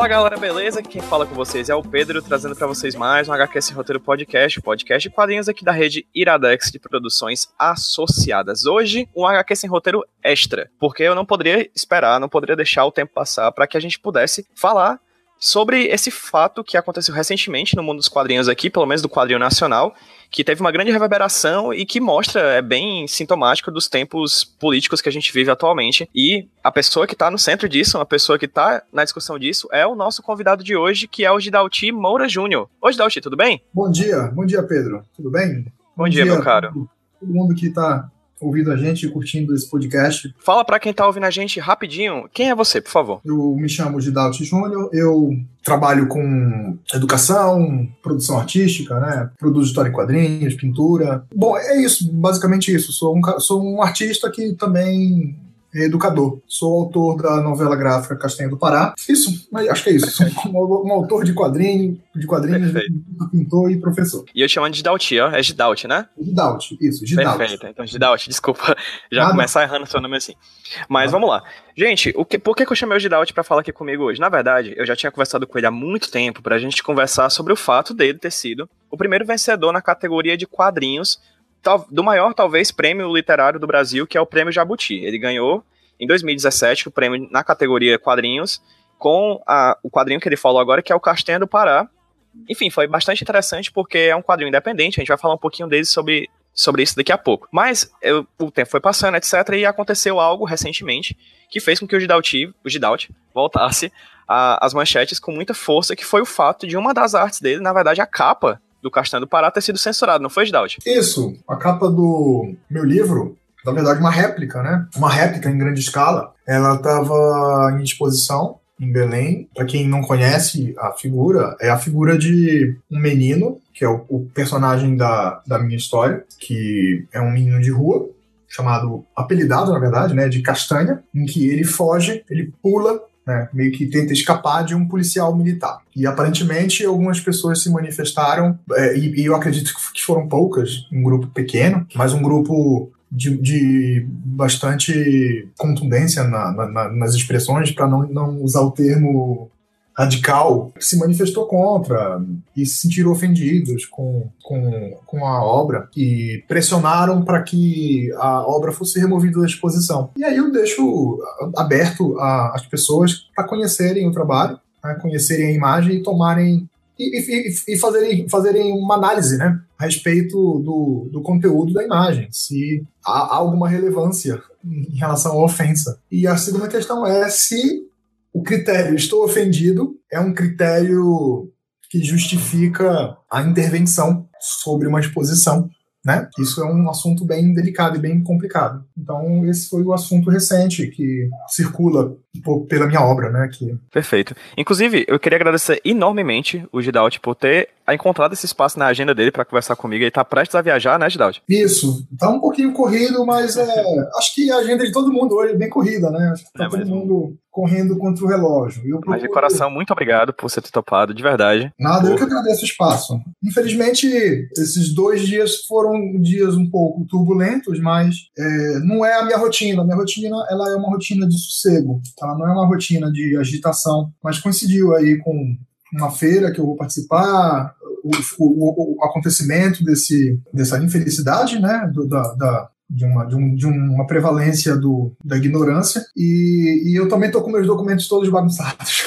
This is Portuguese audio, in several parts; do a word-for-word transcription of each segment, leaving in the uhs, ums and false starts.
Fala galera, beleza? Quem fala com vocês é o Pedro, trazendo pra vocês mais um H Q Sem Roteiro Podcast, podcast de quadrinhos aqui da rede Iradex de produções associadas. Hoje, um H Q Sem Roteiro extra, porque eu não poderia esperar, não poderia deixar o tempo passar para que a gente pudesse falar sobre esse fato que aconteceu recentemente no mundo dos quadrinhos aqui, pelo menos do quadrinho nacional, que teve uma grande reverberação e que mostra, é bem sintomático dos tempos políticos que a gente vive atualmente. E a pessoa que está no centro disso, uma pessoa que está na discussão disso, é o nosso convidado de hoje, que é o Gidauti Moura Júnior. Oi, Gidauti, tudo bem? Bom dia, bom dia, Pedro. Tudo bem? Bom, bom dia, dia, meu caro. Todo, todo mundo que está ouvindo a gente e curtindo esse podcast. Fala pra quem tá ouvindo a gente rapidinho, quem é você, por favor? Eu me chamo Gidauti Júnior, eu trabalho com educação, produção artística, né? Produzo história em quadrinhos, pintura. Bom, é isso, basicamente isso. Sou um, sou um artista que também é educador. Sou autor da novela gráfica Castanha do Pará. Isso, mas acho que é isso. Sou um, um autor de quadrinho, de quadrinhos, pintor e professor. E eu chamo de Gidauti, ó. É Gidauti, né? Gidauti, isso, Gidauti. Perfeito. Então, Gidauti, desculpa já Nada. começar errando seu nome assim. Mas Nada. vamos lá. Gente, o que, por que, que eu chamei o Gidauti pra falar aqui comigo hoje? Na verdade, eu já tinha conversado com ele há muito tempo pra gente conversar sobre o fato dele ter sido o primeiro vencedor na categoria de quadrinhos do maior, talvez, prêmio literário do Brasil, que é o Prêmio Jabuti. Ele ganhou, em dois mil e dezessete, o prêmio na categoria quadrinhos, com a, o quadrinho que ele falou agora, que é o Castanha do Pará. Enfim, foi bastante interessante, porque é um quadrinho independente, a gente vai falar um pouquinho dele sobre, sobre isso daqui a pouco. Mas eu, o tempo foi passando, etcétera, e aconteceu algo recentemente, que fez com que o Gidauti, o Gidauti voltasse às manchetes com muita força, que foi o fato de uma das artes dele, na verdade, a capa do Castanha do Pará ter sido censurado, não foi, Gidauti? Isso, a capa do meu livro, na verdade uma réplica, né? Uma réplica em grande escala. Ela estava em exposição em Belém. Para quem não conhece a figura, é a figura de um menino, que é o, o personagem da, da minha história, que é um menino de rua, chamado, apelidado, na verdade, né, de Castanha, em que ele foge, ele pula, né, meio que tenta escapar de um policial militar. E aparentemente algumas pessoas se manifestaram, é, e, e eu acredito que foram poucas, um grupo pequeno, mas um grupo de, de bastante contundência na, na, nas expressões, para não, não usar o termo radical, que se manifestou contra e se sentiram ofendidos com, com, com a obra e pressionaram para que a obra fosse removida da exposição. E aí eu deixo aberto às pessoas para conhecerem o trabalho, né, conhecerem a imagem e tomarem e, e, e fazerem, fazerem uma análise, né, a respeito do, do conteúdo da imagem, se há alguma relevância em relação à ofensa. E a segunda questão é se o critério "estou ofendido" é um critério que justifica a intervenção sobre uma exposição, né? Isso é um assunto bem delicado e bem complicado. Então, esse foi o assunto recente que circula por, pela minha obra, né? Que... Perfeito. Inclusive, eu queria agradecer enormemente o Gidauti por ter encontrado esse espaço na agenda dele para conversar comigo. Ele está prestes a viajar, né, Gidauti? Isso. Está um pouquinho corrido, mas é, acho que a agenda de todo mundo hoje é bem corrida, né? Acho que está é todo mesmo. mundo correndo contra o relógio. Eu procuro... Mas de coração, muito obrigado por você ter topado, de verdade. Nada, por... eu que agradeço o espaço. Infelizmente, esses dois dias foram dias um pouco turbulentos, mas é, não é a minha rotina. A minha rotina, ela é uma rotina de sossego. Ela não é uma rotina de agitação, mas coincidiu aí com uma feira que eu vou participar, o, o, o acontecimento desse, dessa infelicidade, né, do, da, da, de, uma, de, um, de uma prevalência do, da ignorância, e, e eu também estou com meus documentos todos bagunçados.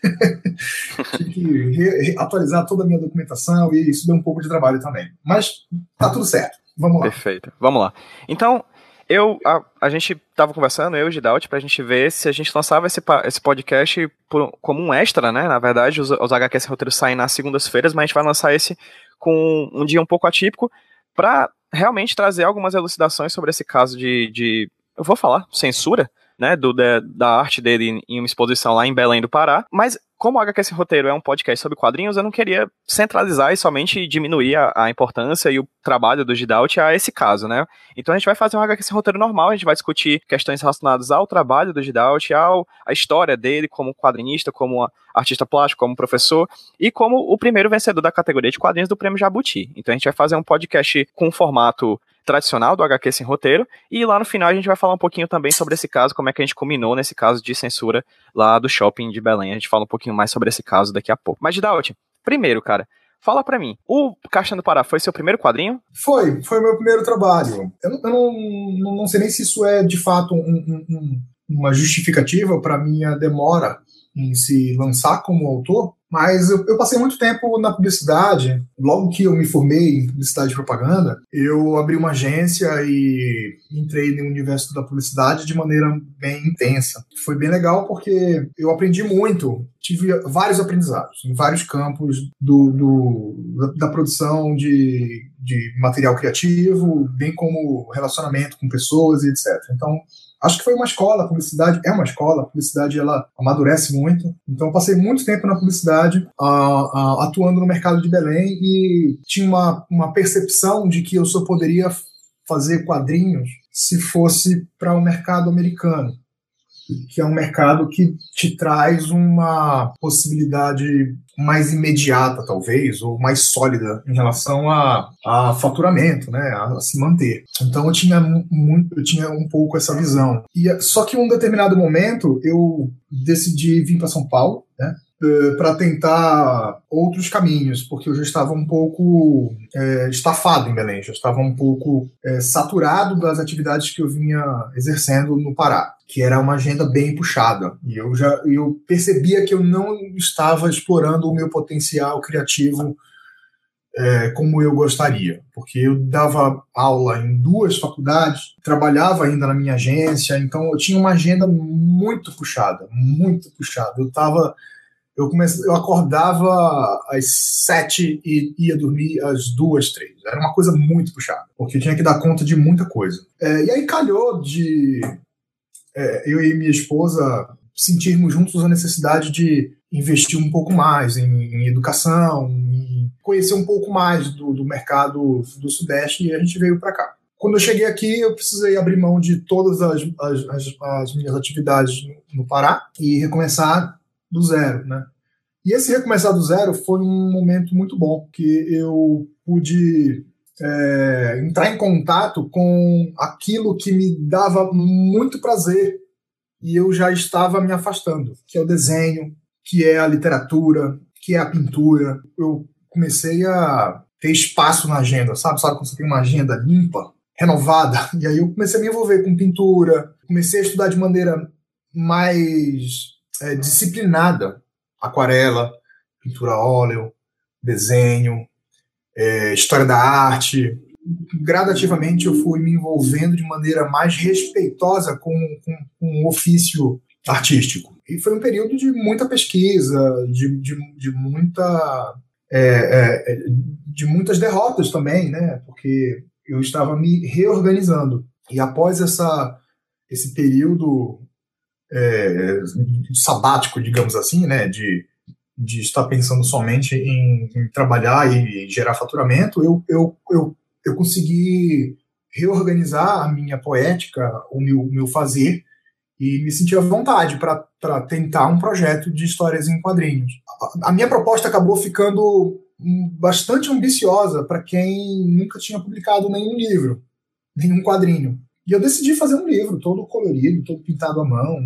Tive que re, re, atualizar toda a minha documentação, e isso deu um pouco de trabalho também. Mas tá tudo certo. Vamos lá. Perfeito. Vamos lá. Então, eu, a, a gente tava conversando, eu e o Gidauti, pra gente ver se a gente lançava esse, esse podcast por, como um extra, né? Na verdade, os, os H Q Sem Roteiro saem nas segundas-feiras, mas a gente vai lançar esse com um dia um pouco atípico pra realmente trazer algumas elucidações sobre esse caso de, de eu vou falar, censura, né? Do, da, da arte dele em uma exposição lá em Belém do Pará, mas como o H Q Sem Roteiro é um podcast sobre quadrinhos, eu não queria centralizar e somente diminuir a, a importância e o trabalho do Gidauti a esse caso, né? Então a gente vai fazer um H Q Sem Roteiro normal, a gente vai discutir questões relacionadas ao trabalho do Gidauti, ao, a história dele como quadrinista, como artista plástico, como professor, e como o primeiro vencedor da categoria de quadrinhos do Prêmio Jabuti. Então a gente vai fazer um podcast com um formato tradicional do H Q sem roteiro, e lá no final a gente vai falar um pouquinho também sobre esse caso, como é que a gente culminou nesse caso de censura lá do shopping de Belém. A gente fala um pouquinho mais sobre esse caso daqui a pouco. Mas, Didalt, primeiro, cara, fala pra mim, o Caixinha do Pará foi seu primeiro quadrinho? Foi, foi o meu primeiro trabalho. Eu, eu não, não, não sei nem se isso é, de fato, um, um, um, uma justificativa para minha demora em se lançar como autor, mas eu, eu passei muito tempo na publicidade. Logo que eu me formei em publicidade e propaganda, eu abri uma agência e entrei no universo da publicidade de maneira bem intensa. Foi bem legal porque eu aprendi muito, tive vários aprendizados em vários campos do, do, da, da produção de, de material criativo, bem como relacionamento com pessoas e etcétera. Então, acho que foi uma escola, a publicidade é uma escola, a publicidade ela amadurece muito. Então eu passei muito tempo na publicidade, uh, uh, atuando no mercado de Belém, e tinha uma, uma percepção de que eu só poderia fazer quadrinhos se fosse para o mercado americano, que é um mercado que te traz uma possibilidade mais imediata, talvez, ou mais sólida em relação a, a faturamento, né, a, a se manter. Então eu tinha, muito, eu tinha um pouco essa visão. E, só que em um determinado momento eu decidi vir para São Paulo, né, para tentar outros caminhos, porque eu já estava um pouco é, estafado em Belém, já estava um pouco é, saturado das atividades que eu vinha exercendo no Pará, que era uma agenda bem puxada, e eu já eu percebia que eu não estava explorando o meu potencial criativo é, como eu gostaria, porque eu dava aula em duas faculdades, trabalhava ainda na minha agência, então eu tinha uma agenda muito puxada, muito puxada. Eu estava Eu, comecei, eu acordava às sete e ia dormir às duas, três. Era uma coisa muito puxada, porque eu tinha que dar conta de muita coisa. É, e aí calhou de é, eu e minha esposa sentirmos juntos a necessidade de investir um pouco mais em, em educação, em conhecer um pouco mais do, do mercado do Sudeste, e a gente veio para cá. Quando eu cheguei aqui, eu precisei abrir mão de todas as, as, as, as minhas atividades no, no Pará e recomeçar do zero, né? E esse recomeçar do zero foi um momento muito bom, que eu pude é, entrar em contato com aquilo que me dava muito prazer e eu já estava me afastando, que é o desenho, que é a literatura, que é a pintura. Eu comecei a ter espaço na agenda, sabe? Sabe quando você tem uma agenda limpa, renovada? E aí eu comecei a me envolver com pintura, comecei a estudar de maneira mais é, disciplinada, aquarela, pintura a óleo, desenho, é, história da arte. Gradativamente eu fui me envolvendo de maneira mais respeitosa com, com, com o ofício artístico. E foi um período de muita pesquisa, de, de, de, muita, é, é, de muitas derrotas também, né? Porque eu estava me reorganizando. E após essa, esse período É, sabático, digamos assim, né, de, de estar pensando somente em, em trabalhar e gerar faturamento, eu, eu, eu, eu consegui reorganizar a minha poética, o meu, meu fazer, e me sentir à vontade para tentar um projeto de histórias em quadrinhos. A, a minha proposta acabou ficando bastante ambiciosa para quem nunca tinha publicado nenhum livro, nenhum quadrinho. E eu decidi fazer um livro todo colorido, todo pintado à mão,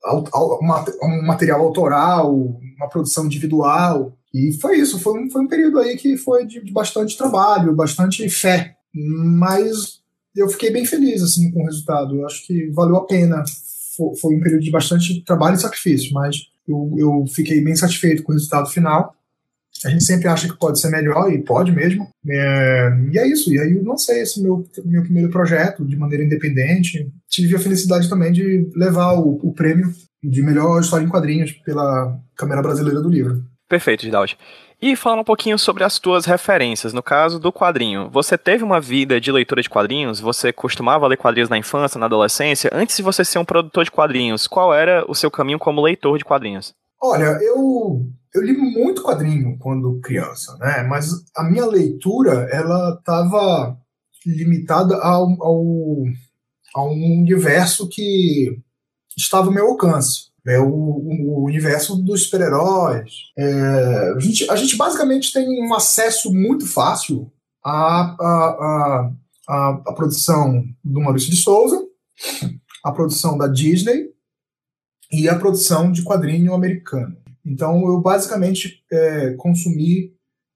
um material autoral, uma produção individual. E foi isso, foi um, foi um período aí que foi de, de bastante trabalho, bastante fé. Mas eu fiquei bem feliz assim, com o resultado. Eu acho que valeu a pena. Foi, foi um período de bastante trabalho e sacrifício, mas eu, eu fiquei bem satisfeito com o resultado final. A gente sempre acha que pode ser melhor, e pode mesmo. É, e é isso. E aí eu lancei esse meu, meu primeiro projeto de maneira independente. Tive a felicidade também de levar o, o prêmio de melhor história em quadrinhos pela Câmara Brasileira do Livro. Perfeito, Didalt. E falando um pouquinho sobre as tuas referências, no caso do quadrinho. Você teve uma vida de leitura de quadrinhos? Você costumava ler quadrinhos na infância, na adolescência? Antes de você ser um produtor de quadrinhos, qual era o seu caminho como leitor de quadrinhos? Olha, eu... Eu li muito quadrinho quando criança, né? Mas a minha leitura, ela estava limitada ao, ao, a um universo que estava ao meu alcance. É o, o universo dos super-heróis. É, a, gente, a gente basicamente tem um acesso muito fácil a, a, a, a, a produção do Maurício de Souza, a produção da Disney e a produção de quadrinho americano. Então, eu basicamente é, consumi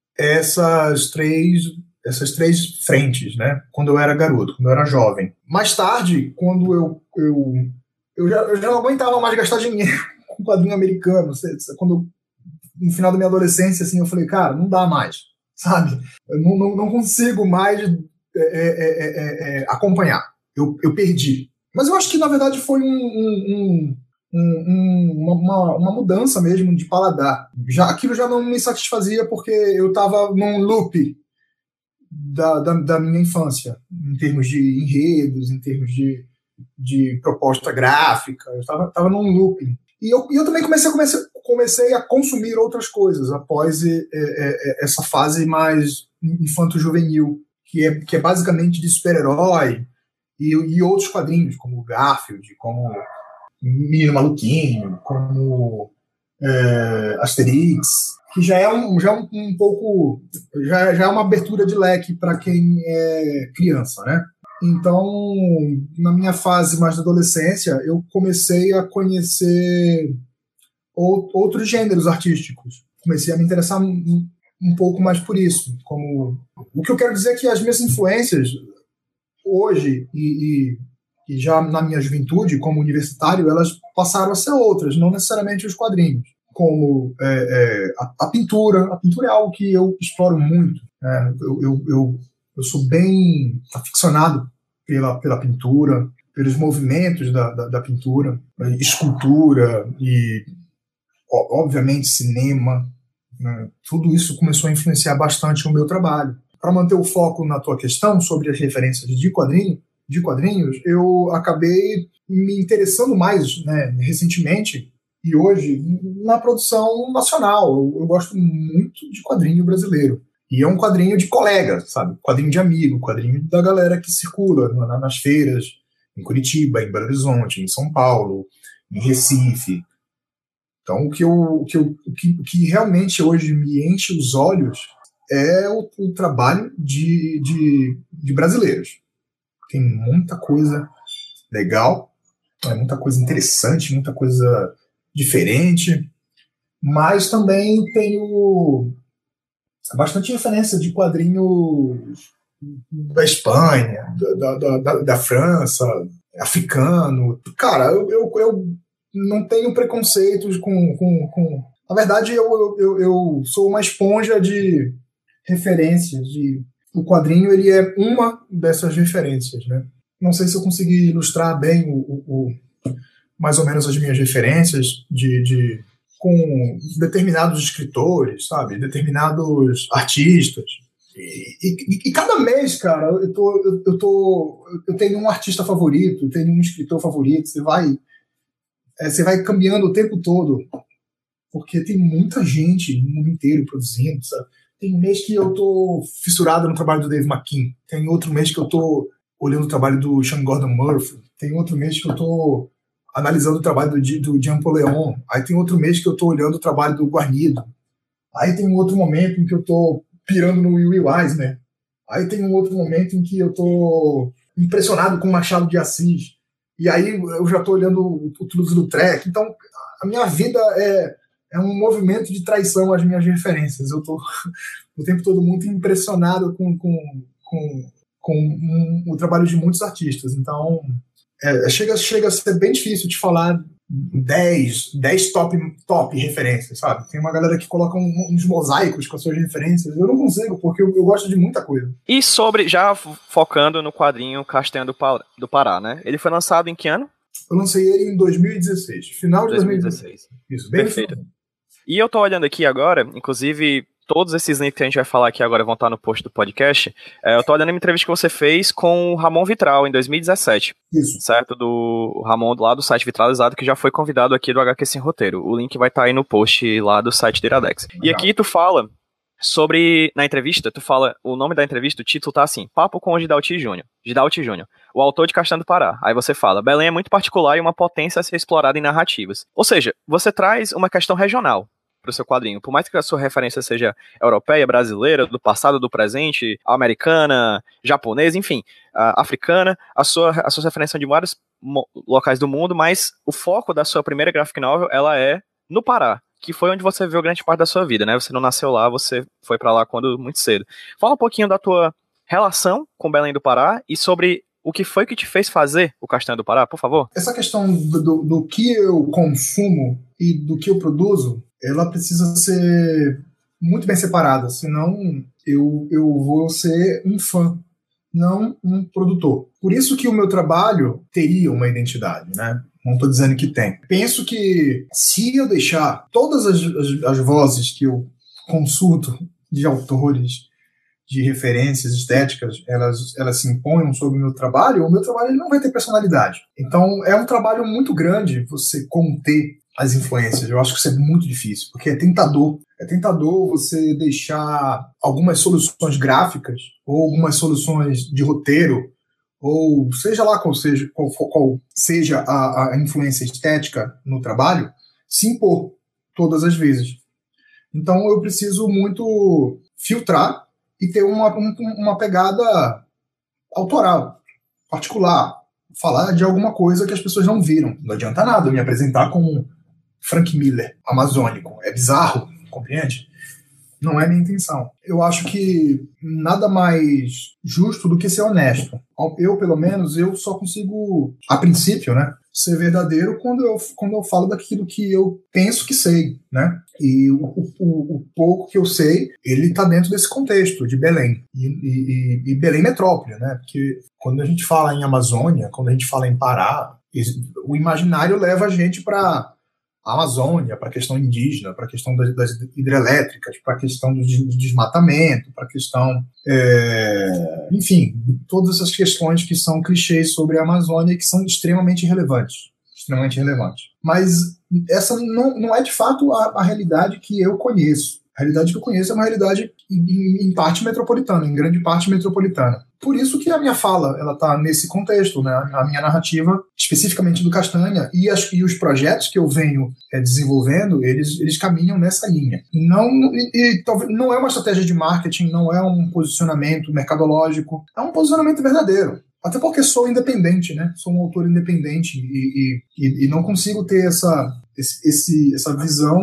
essas três, essas três frentes, né? Quando eu era garoto, quando eu era jovem. Mais tarde, quando eu, eu, eu, já, eu já não aguentava mais gastar dinheiro com quadrinho americano. Quando, no final da minha adolescência, assim, eu falei, cara, não dá mais, sabe? Eu não, não, não consigo mais é, é, é, é, acompanhar. Eu, eu perdi. Mas eu acho que, na verdade, foi um... um, um Um, um, uma, uma mudança mesmo de paladar. Já, aquilo já não me satisfazia porque eu estava num loop da, da, da minha infância, em termos de enredos, em termos de, de proposta gráfica. Eu estava tava num looping. E eu, e eu também comecei, comecei, comecei a consumir outras coisas após é, é, essa fase mais infanto-juvenil, que é, que é basicamente de super-herói e, e outros quadrinhos, como Garfield, como Menino Maluquinho, como é, Asterix, que já é um, já um, um pouco, já, já é uma abertura de leque para quem é criança, né? Então, na minha fase mais da adolescência, eu comecei a conhecer ou, outros gêneros artísticos. Comecei a me interessar um, um pouco mais por isso. Como, o que eu quero dizer é que as minhas influências hoje e, e e já na minha juventude, como universitário, elas passaram a ser outras, não necessariamente os quadrinhos, como é, é, a, a pintura. A pintura é algo que eu exploro muito. Né? Eu, eu, eu, eu sou bem aficionado pela, pela pintura, pelos movimentos da, da, da pintura, escultura e, obviamente, cinema. Né? Tudo isso começou a influenciar bastante o meu trabalho. Para manter o foco na tua questão sobre as referências de quadrinho, de quadrinhos, eu acabei me interessando mais, né, recentemente e hoje na produção nacional. Eu, eu gosto muito de quadrinho brasileiro. E é um quadrinho de colega, sabe? Quadrinho de amigo, quadrinho da galera que circula na, nas feiras, em Curitiba, em Belo Horizonte, em São Paulo, em Recife. Então, o que, eu, o que, eu, o que, o que realmente hoje me enche os olhos é o, o trabalho de, de, de brasileiros. Tem muita coisa legal, muita coisa interessante, muita coisa diferente, mas também tenho bastante referência de quadrinhos da Espanha, da, da, da, da França, africano. Cara, eu, eu, eu não tenho preconceitos com... com, com... Na verdade, eu, eu, eu sou uma esponja de referências, de... O quadrinho, ele é uma dessas referências, né? Não sei se eu consegui ilustrar bem o, o, o, mais ou menos as minhas referências de, de, com determinados escritores, sabe? Determinados artistas. E, e, e cada mês, cara, eu, tô, eu, eu, tô, eu tenho um artista favorito, eu tenho um escritor favorito, você vai, é, você vai cambiando o tempo todo, porque tem muita gente no mundo inteiro produzindo, sabe? Tem mês que eu tô fissurado no trabalho do Dave McKean. Tem outro mês que eu tô olhando o trabalho do Sean Gordon Murphy. Tem outro mês que eu tô analisando o trabalho do, do Jean Paul Leon. Aí tem outro mês que eu tô olhando o trabalho do Guarnido. Aí tem um outro momento em que eu tô pirando no Will Eisner. Aí tem um outro momento em que eu tô impressionado com o Machado de Assis. E aí eu já tô olhando o Toulouse-Lautrec. Então, a minha vida é... É um movimento de traição às minhas referências. Eu estou o tempo todo muito impressionado com, com, com, com um, o trabalho de muitos artistas. Então, é, chega, chega a ser bem difícil de falar dez, dez top, top referências, sabe? Tem uma galera que coloca um, uns mosaicos com as suas referências. Eu não consigo, porque eu, eu gosto de muita coisa. E sobre, já focando no quadrinho Castanha do, pa, do Pará, né? Ele foi lançado em que ano? Eu lancei ele em dois mil e dezesseis. Final de dois mil e dezesseis. Isso, bem perfeito. E eu tô olhando aqui agora, inclusive, todos esses links que a gente vai falar aqui agora vão estar no post do podcast. É, eu tô olhando a entrevista que você fez com o Ramon Vitral em dois mil e dezessete. Isso. Certo? Do Ramon lá do site Vitralizado, que já foi convidado aqui do H Q Sem Roteiro. O link vai estar aí no post lá do site do Iradex. Legal. E aqui tu fala sobre, na entrevista, tu fala, o nome da entrevista, o título tá assim, Papo com o Gidalti Júnior. Gidalti Júnior, o autor de Castanha do Pará. Aí você fala, Belém é muito particular e uma potência a ser explorada em narrativas. Ou seja, você traz uma questão regional. pro seu quadrinho. Por mais que a sua referência seja europeia, brasileira, do passado, do presente, americana, japonesa, enfim, uh, africana, a sua, a sua referência são de vários locais do mundo, mas o foco da sua primeira graphic novel, ela é no Pará, que foi onde você viveu grande parte da sua vida, né? Você não nasceu lá, você foi pra lá quando muito cedo. Fala um pouquinho da tua relação com Belém do Pará e sobre o que foi que te fez fazer o Castanha do Pará, por favor? Essa questão do, do, do que eu consumo e do que eu produzo, ela precisa ser muito bem separada, senão eu, eu vou ser um fã, não um produtor. Por isso que o meu trabalho teria uma identidade, né? Não estou dizendo que tem. Penso que se eu deixar todas as, as, as vozes que eu consulto de autores, de referências estéticas, elas, elas se imponham sobre o meu trabalho, o meu trabalho ele não vai ter personalidade. Então, é um trabalho muito grande você conter as influências. Eu acho que isso é muito difícil, porque é tentador. É tentador você deixar algumas soluções gráficas ou algumas soluções de roteiro, ou seja lá qual seja, qual, qual seja a, a influência estética no trabalho, se impor todas as vezes. Então, eu preciso muito filtrar e ter uma, uma pegada autoral, particular, falar de alguma coisa que as pessoas não viram. Não adianta nada eu me apresentar como Frank Miller, amazônico. É bizarro, compreende? Não é minha intenção. Eu acho que nada mais justo do que ser honesto. Eu, pelo menos, eu só consigo, a princípio, né, ser verdadeiro quando eu, quando eu falo daquilo que eu penso que sei, né? E o, o, o pouco que eu sei, ele está dentro desse contexto de Belém. E, e, e Belém metrópole, né? Porque quando a gente fala em Amazônia, quando a gente fala em Pará, o imaginário leva a gente para a Amazônia, para a questão indígena, para a questão das, das hidrelétricas, para a questão do desmatamento, para a questão, é, enfim, todas essas questões que são clichês sobre a Amazônia e que são extremamente relevantes, extremamente relevantes. Mas essa não, não é de fato a, a realidade que eu conheço. A realidade que eu conheço é uma realidade em, em parte metropolitana, em grande parte metropolitana. Por isso que a minha fala ela está nesse contexto, né? A minha narrativa, especificamente do Castanha, e, as, e os projetos que eu venho é, desenvolvendo, eles, eles caminham nessa linha. Não, e, e, talvez, não é uma estratégia de marketing, não é um posicionamento mercadológico, é um posicionamento verdadeiro. Até porque sou independente, né? Sou um autor independente e, e, e não consigo ter essa, esse, esse, essa visão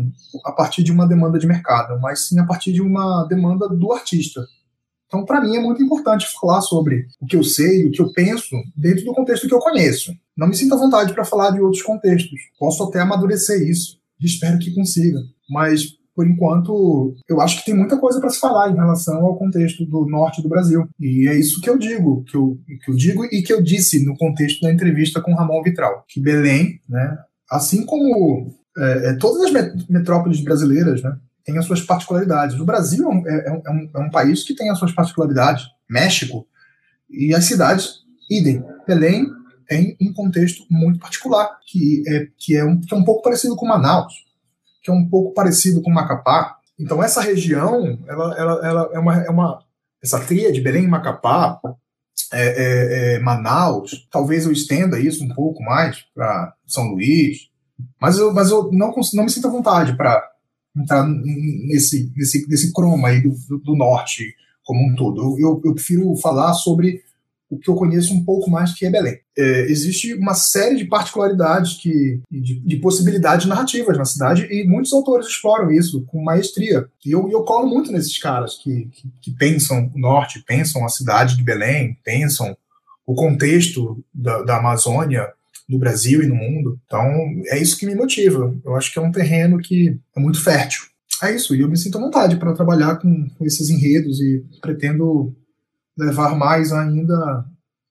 a partir de uma demanda de mercado, mas sim a partir de uma demanda do artista. Então, para mim, é muito importante falar sobre o que eu sei, o que eu penso, dentro do contexto que eu conheço. Não me sinto à vontade para falar de outros contextos. Posso até amadurecer isso, e espero que consiga. Mas, por enquanto, eu acho que tem muita coisa para se falar em relação ao contexto do norte do Brasil. E é isso que eu digo, que eu, que eu digo e que eu disse no contexto da entrevista com Ramon Vitral. Que Belém, né, assim como é, todas as metrópoles brasileiras, né, tem as suas particularidades. O Brasil é um, é, um, é um país que tem as suas particularidades. México e as cidades, idem. Belém tem um contexto muito particular, que é, que é, um, que é um pouco parecido com Manaus, que é um pouco parecido com Macapá. Então essa região, ela, ela, ela é, uma, é uma... Essa tríade, Belém, Macapá, é, é, é, Manaus, talvez eu estenda isso um pouco mais para São Luís, mas eu, mas eu não, não me sinto à vontade para entrar nesse, nesse, nesse croma aí do, do, do norte como um todo. Eu, eu prefiro falar sobre o que eu conheço um pouco mais, que é Belém. É, existe uma série de particularidades, que, de, de possibilidades narrativas na cidade, e muitos autores exploram isso com maestria. E eu, eu colo muito nesses caras que, que, que pensam o norte, pensam a cidade de Belém, pensam o contexto da, da Amazônia, no Brasil e no mundo. Então, é isso que me motiva. Eu acho que é um terreno que é muito fértil. É isso, e eu me sinto à vontade para trabalhar com, com esses enredos e pretendo levar mais ainda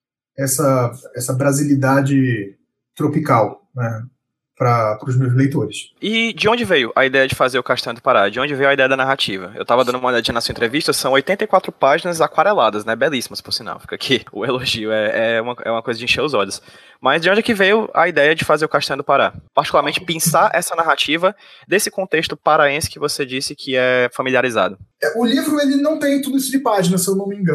essa, essa brasilidade tropical, né, para os meus leitores. E de onde veio a ideia de fazer o Castanha do Pará? De onde veio a ideia da narrativa? Eu tava dando uma olhadinha na sua entrevista, são oitenta e quatro páginas aquareladas, né? Belíssimas, por sinal. Fica aqui o elogio, é, é, uma, é uma coisa de encher os olhos. Mas de onde é que veio a ideia de fazer o Castanha do Pará? Particularmente pensar essa narrativa desse contexto paraense que você disse que é familiarizado. É, o livro ele não tem tudo isso de páginas, se eu não me engano.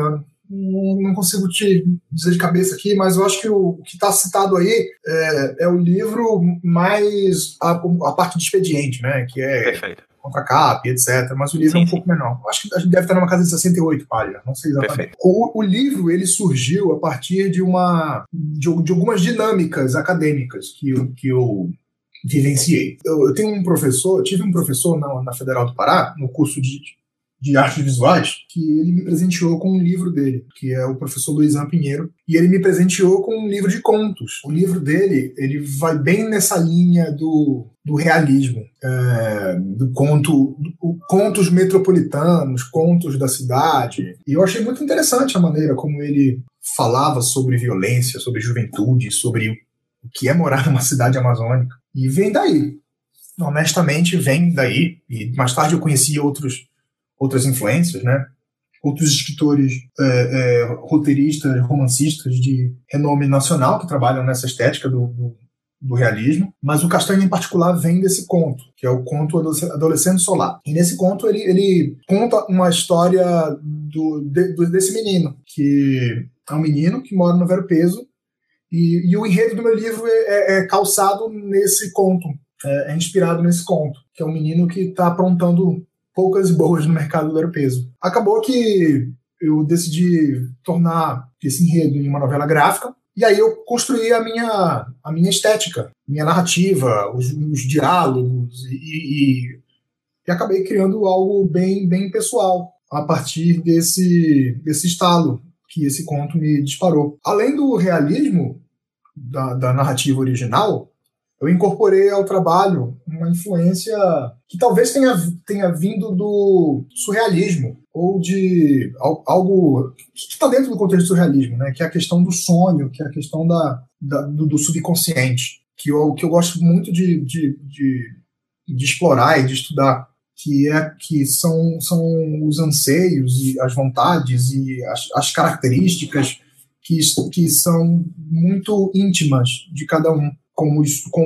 não, não consigo te dizer de cabeça aqui, mas eu acho que o que está citado aí é, é o livro mais a, a parte de expediente, né? Que é Perfeito. Contracap, etcétera. Mas o livro Sim, é um sim. pouco menor. Acho que a gente deve estar numa casa de sessenta e oito páginas, não sei exatamente. O, o livro ele surgiu a partir de uma de, de algumas dinâmicas acadêmicas que eu, que eu vivenciei. Eu, eu tenho um professor, tive um professor na, na Federal do Pará, no curso de, de artes visuais, que ele me presenteou com um livro dele, que é o professor Luizan Pinheiro, e ele me presenteou com um livro de contos. O livro dele, ele vai bem nessa linha do, do realismo, é, do conto, do, contos metropolitanos, contos da cidade, e eu achei muito interessante a maneira como ele falava sobre violência, sobre juventude, sobre o que é morar numa cidade amazônica, e vem daí. Honestamente, vem daí, e mais tarde eu conheci outros outras influências, né? Outros escritores, é, é, roteiristas, romancistas de renome nacional que trabalham nessa estética do, do, do realismo, mas o Castanha em particular vem desse conto, que é o conto Adolescente Solar. E nesse conto ele, ele conta uma história do, de, desse menino, que é um menino que mora no Vero Peso, e, e o enredo do meu livro é, é calçado nesse conto, é, é inspirado nesse conto, que é um menino que está aprontando poucas boas no mercado do Vero Peso. Acabou que eu decidi tornar esse enredo em uma novela gráfica, e aí eu construí a minha, a minha estética, minha narrativa, os, os diálogos, e, e, e acabei criando algo bem, bem pessoal a partir desse, desse estalo que esse conto me disparou. Além do realismo da, da narrativa original, eu incorporei ao trabalho uma influência que talvez tenha, tenha vindo do surrealismo, ou de algo que está dentro do contexto do surrealismo, né? Que é a questão do sonho, que é a questão da, da, do, do subconsciente, que eu, que eu gosto muito de, de, de, de explorar e de estudar, que, é, que são, são os anseios e as vontades e as, as características que, que são muito íntimas de cada um. Como,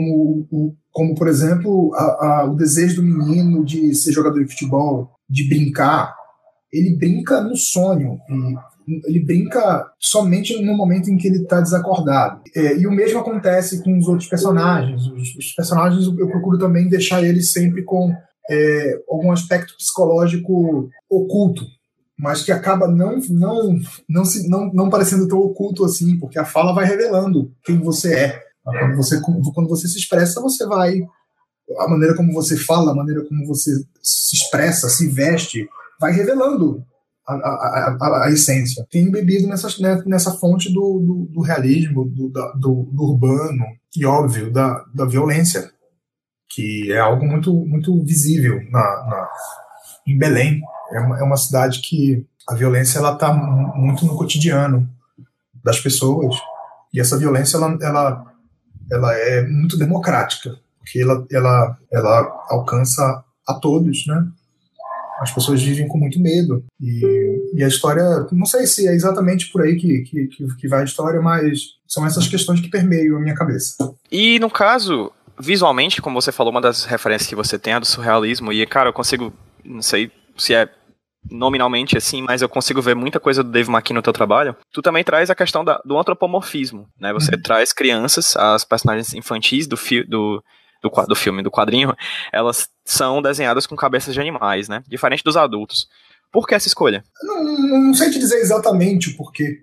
como, como, por exemplo, a, a, o desejo do menino de ser jogador de futebol, de brincar. Ele brinca no sonho, ele brinca somente no momento em que ele está desacordado. É, e o mesmo acontece com os outros personagens. Os, os personagens eu procuro também deixar eles sempre com é, algum aspecto psicológico oculto, mas que acaba não, não, não, se, não, não parecendo tão oculto assim, porque a fala vai revelando quem você é. Quando você, quando você se expressa, você vai... A maneira como você fala, a maneira como você se expressa, se veste, vai revelando a, a, a, a essência. Tenho bebido nessa, nessa fonte do, do, do realismo, do, do, do urbano e, óbvio, da, da violência, que é algo muito, muito visível na, na, em Belém. É uma, é uma cidade que a violência está muito no cotidiano das pessoas, e essa violência ela, ela ela é muito democrática, porque ela, ela, ela alcança a todos, né? As pessoas vivem com muito medo, e, e a história, não sei se é exatamente por aí que, que, que vai a história, mas são essas questões que permeiam a minha cabeça. E no caso, visualmente, como você falou, uma das referências que você tem é do surrealismo, e cara, eu consigo, não sei se é nominalmente assim, mas eu consigo ver muita coisa do Dave McKean no teu trabalho. Tu também traz a questão da, do antropomorfismo, né? Você uhum. traz crianças, as personagens infantis do, fi, do, do, do filme, do quadrinho, elas são desenhadas com cabeças de animais, né? Diferente dos adultos. Por que essa escolha? Não, não, não sei te dizer exatamente o porquê.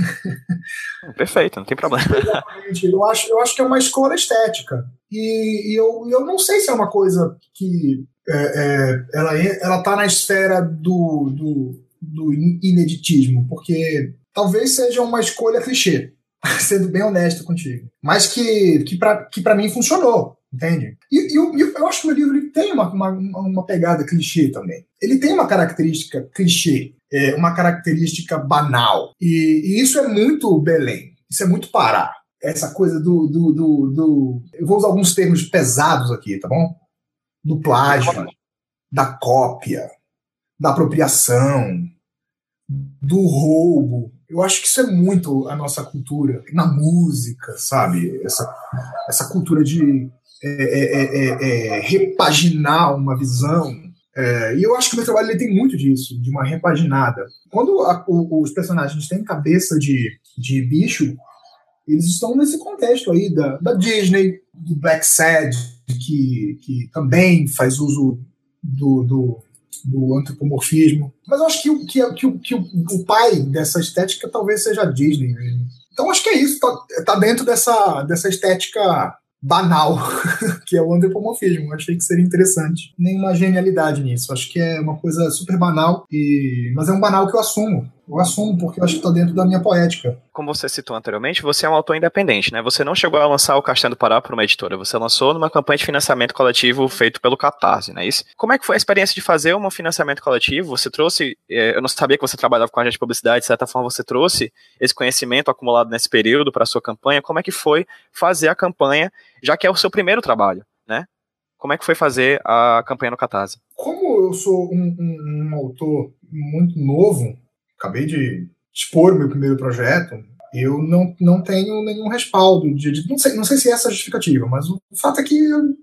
Perfeito, não tem problema. Eu acho, eu acho que é uma escolha estética. E, e eu, eu não sei se é uma coisa que é, é, ela, ela tá na esfera do, do, do ineditismo, porque talvez seja uma escolha clichê, sendo bem honesto contigo. Mas que, que para que pra mim funcionou, entende? E, e eu, eu acho que o meu livro ele tem uma, uma, uma pegada clichê também. Ele tem uma característica clichê, é, uma característica banal. E, e isso é muito Belém, isso é muito Pará. Essa coisa do, do, do, do... Eu vou usar alguns termos pesados aqui, tá bom? Do plágio, da cópia, da apropriação, do roubo. Eu acho que isso é muito a nossa cultura. Na música, sabe? Essa, essa cultura de é, é, é, é, repaginar uma visão É, e eu acho que o meu trabalho ele tem muito disso, de uma repaginada. Quando a, o, os personagens têm cabeça de, de bicho, eles estão nesse contexto aí da, da Disney, do Black Sad, que, que também faz uso do, do, do antropomorfismo. Mas eu acho que, o, que, que, que o, o pai dessa estética talvez seja a Disney mesmo. Então acho que é isso, tá, tá dentro dessa, dessa estética banal, que é o antropomorfismo. Eu achei que seria interessante. Nenhuma genialidade nisso. Acho que é uma coisa super banal, e... mas é um banal que eu assumo. Eu assumo porque eu acho que está dentro da minha poética. Como você citou anteriormente, você é um autor independente, né? Você não chegou a lançar o Castanho do Pará para uma editora. Você lançou numa campanha de financiamento coletivo feito pelo Catarse, não é isso? Como é que foi a experiência de fazer um financiamento coletivo? Você trouxe... Eu não sabia que você trabalhava com agente de publicidade, de certa forma você trouxe esse conhecimento acumulado nesse período para a sua campanha. Como é que foi fazer a campanha, já que é o seu primeiro trabalho, né? Como é que foi fazer a campanha no Catarse? Como eu sou um, um, um autor muito novo, acabei de expor meu primeiro projeto, eu não, não tenho nenhum respaldo. De, de, não, sei, não sei se é essa a justificativa, mas o fato é que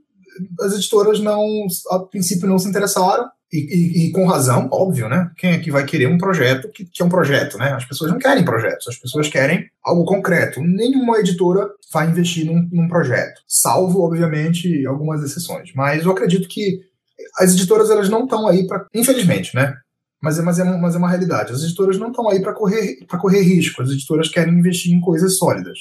as editoras não, a princípio não se interessaram, e, e, e com razão, óbvio, né? Quem é que vai querer um projeto que, que é um projeto, né? As pessoas não querem projetos, as pessoas querem algo concreto. Nenhuma editora vai investir num, num projeto, salvo, obviamente, algumas exceções. Mas eu acredito que as editoras elas não estão aí para, infelizmente, né? Mas é, mas, é, mas é uma realidade. As editoras não estão aí para correr, para correr risco. As editoras querem investir em coisas sólidas.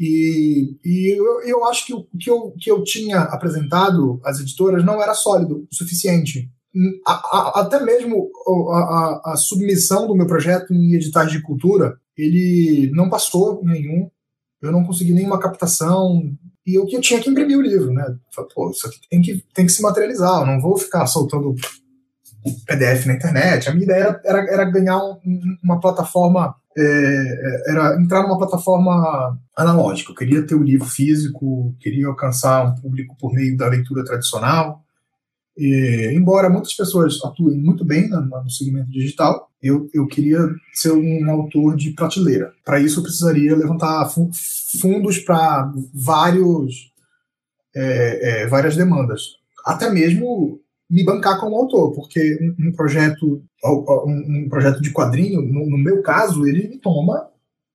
E, e eu, eu acho que o que eu, que eu tinha apresentado às editoras não era sólido o suficiente. A, a, até mesmo a, a, a submissão do meu projeto em editais de cultura, ele não passou em nenhum. Eu não consegui nenhuma captação. E eu que eu tinha que imprimir o livro, né? Falei, pô, isso aqui tem que, tem que se materializar. Eu não vou ficar soltando P D F na internet. A minha ideia era, era, era ganhar um, uma plataforma, é, era entrar numa plataforma analógica. Eu queria ter o livro físico, queria alcançar um público por meio da leitura tradicional. E, embora muitas pessoas atuem muito bem no, no segmento digital, eu, eu queria ser um autor de prateleira. Para isso eu precisaria levantar fundos para vários, é, é, várias demandas. Até mesmo me bancar como autor, porque um, um projeto um, um projeto de quadrinho, no, no meu caso, ele me toma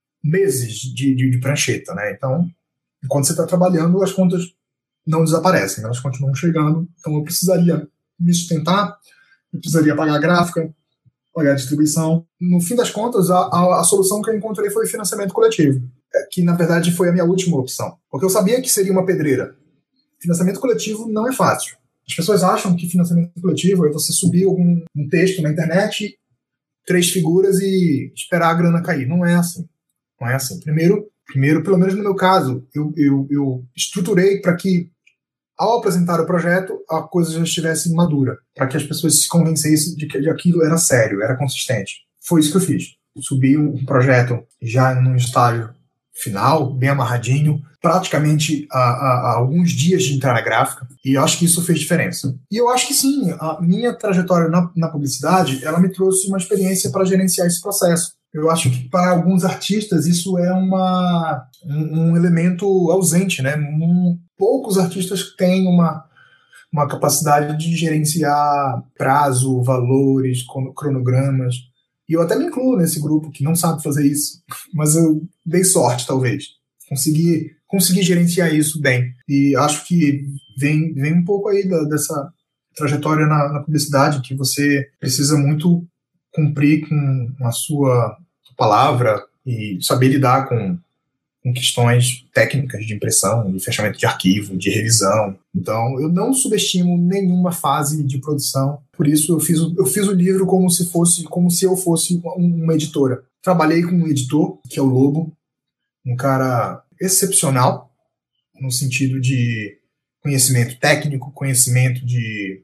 meses de, de, de prancheta, né? Então, enquanto você está trabalhando, as contas não desaparecem, elas continuam chegando. Então eu precisaria me sustentar, eu precisaria pagar a gráfica, pagar a distribuição. No fim das contas, a, a, a solução que eu encontrei foi o financiamento coletivo, que na verdade foi a minha última opção, porque eu sabia que seria uma pedreira. Financiamento coletivo não é fácil. As pessoas acham que financiamento coletivo é você subir algum um texto na internet, três figuras e esperar a grana cair. Não é assim. Não é assim. Primeiro, primeiro pelo menos no meu caso, eu, eu, eu estruturei para que, ao apresentar o projeto, a coisa já estivesse madura, para que as pessoas se convencessem de que de aquilo era sério, era consistente. Foi isso que eu fiz. Eu subi um projeto já num estágio final, bem amarradinho, praticamente a, a, a alguns dias de entrar na gráfica, e eu acho que isso fez diferença. E eu acho que sim, a minha trajetória na, na publicidade, ela me trouxe uma experiência para gerenciar esse processo. Eu acho que para alguns artistas isso é uma, um, um elemento ausente, né? Um, poucos artistas têm uma, uma capacidade de gerenciar prazo, valores, cronogramas. E eu até me incluo nesse grupo que não sabe fazer isso, mas eu dei sorte, talvez. Consegui, consegui gerenciar isso bem. E acho que vem, vem um pouco aí da, dessa trajetória na, na publicidade, que você precisa muito cumprir com a sua palavra e saber lidar com, com questões técnicas de impressão, de fechamento de arquivo, de revisão. Então, eu não subestimo nenhuma fase de produção. Por isso, eu fiz, eu fiz o livro como se fosse, como se eu fosse uma editora. Trabalhei com um editor, que é o Lobo, um cara excepcional, no sentido de conhecimento técnico, conhecimento de,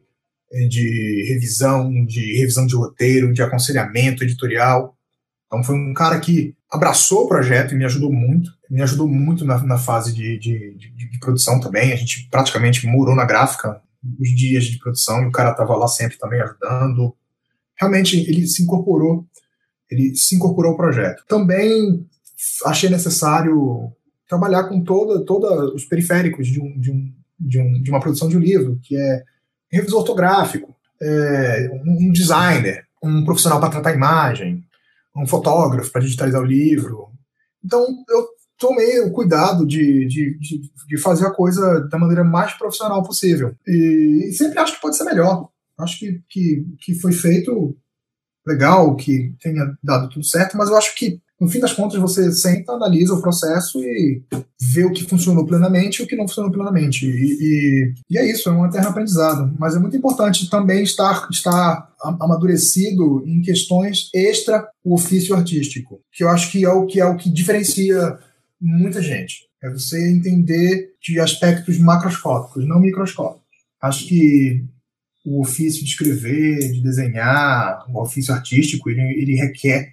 de revisão, de revisão de roteiro, de aconselhamento editorial. Então foi um cara que abraçou o projeto e me ajudou muito, me ajudou muito na, na fase de, de, de, de produção também. A gente praticamente morou na gráfica os dias de produção e o cara estava lá sempre também ajudando. Realmente ele se incorporou, ele se incorporou ao projeto. Também achei necessário trabalhar com toda, toda os periféricos de, um, de, um, de, um, de uma produção de um livro, que é revisor ortográfico, é, um designer, um profissional para tratar a imagem, um fotógrafo para digitalizar o livro. Então, eu tomei o cuidado de, de, de, de fazer a coisa da maneira mais profissional possível. E, e sempre acho que pode ser melhor. Acho que, que, que foi feito legal, que tenha dado tudo certo, mas eu acho que, no fim das contas, você senta, analisa o processo e vê o que funcionou plenamente e o que não funcionou plenamente. E, e, e é isso, é um eterno aprendizado. Mas é muito importante também estar, estar amadurecido em questões extra o ofício artístico, que eu acho que é o que, é o que diferencia muita gente. É você entender de aspectos macroscópicos, não microscópicos. Acho que o ofício de escrever, de desenhar, o ofício artístico, ele, ele requer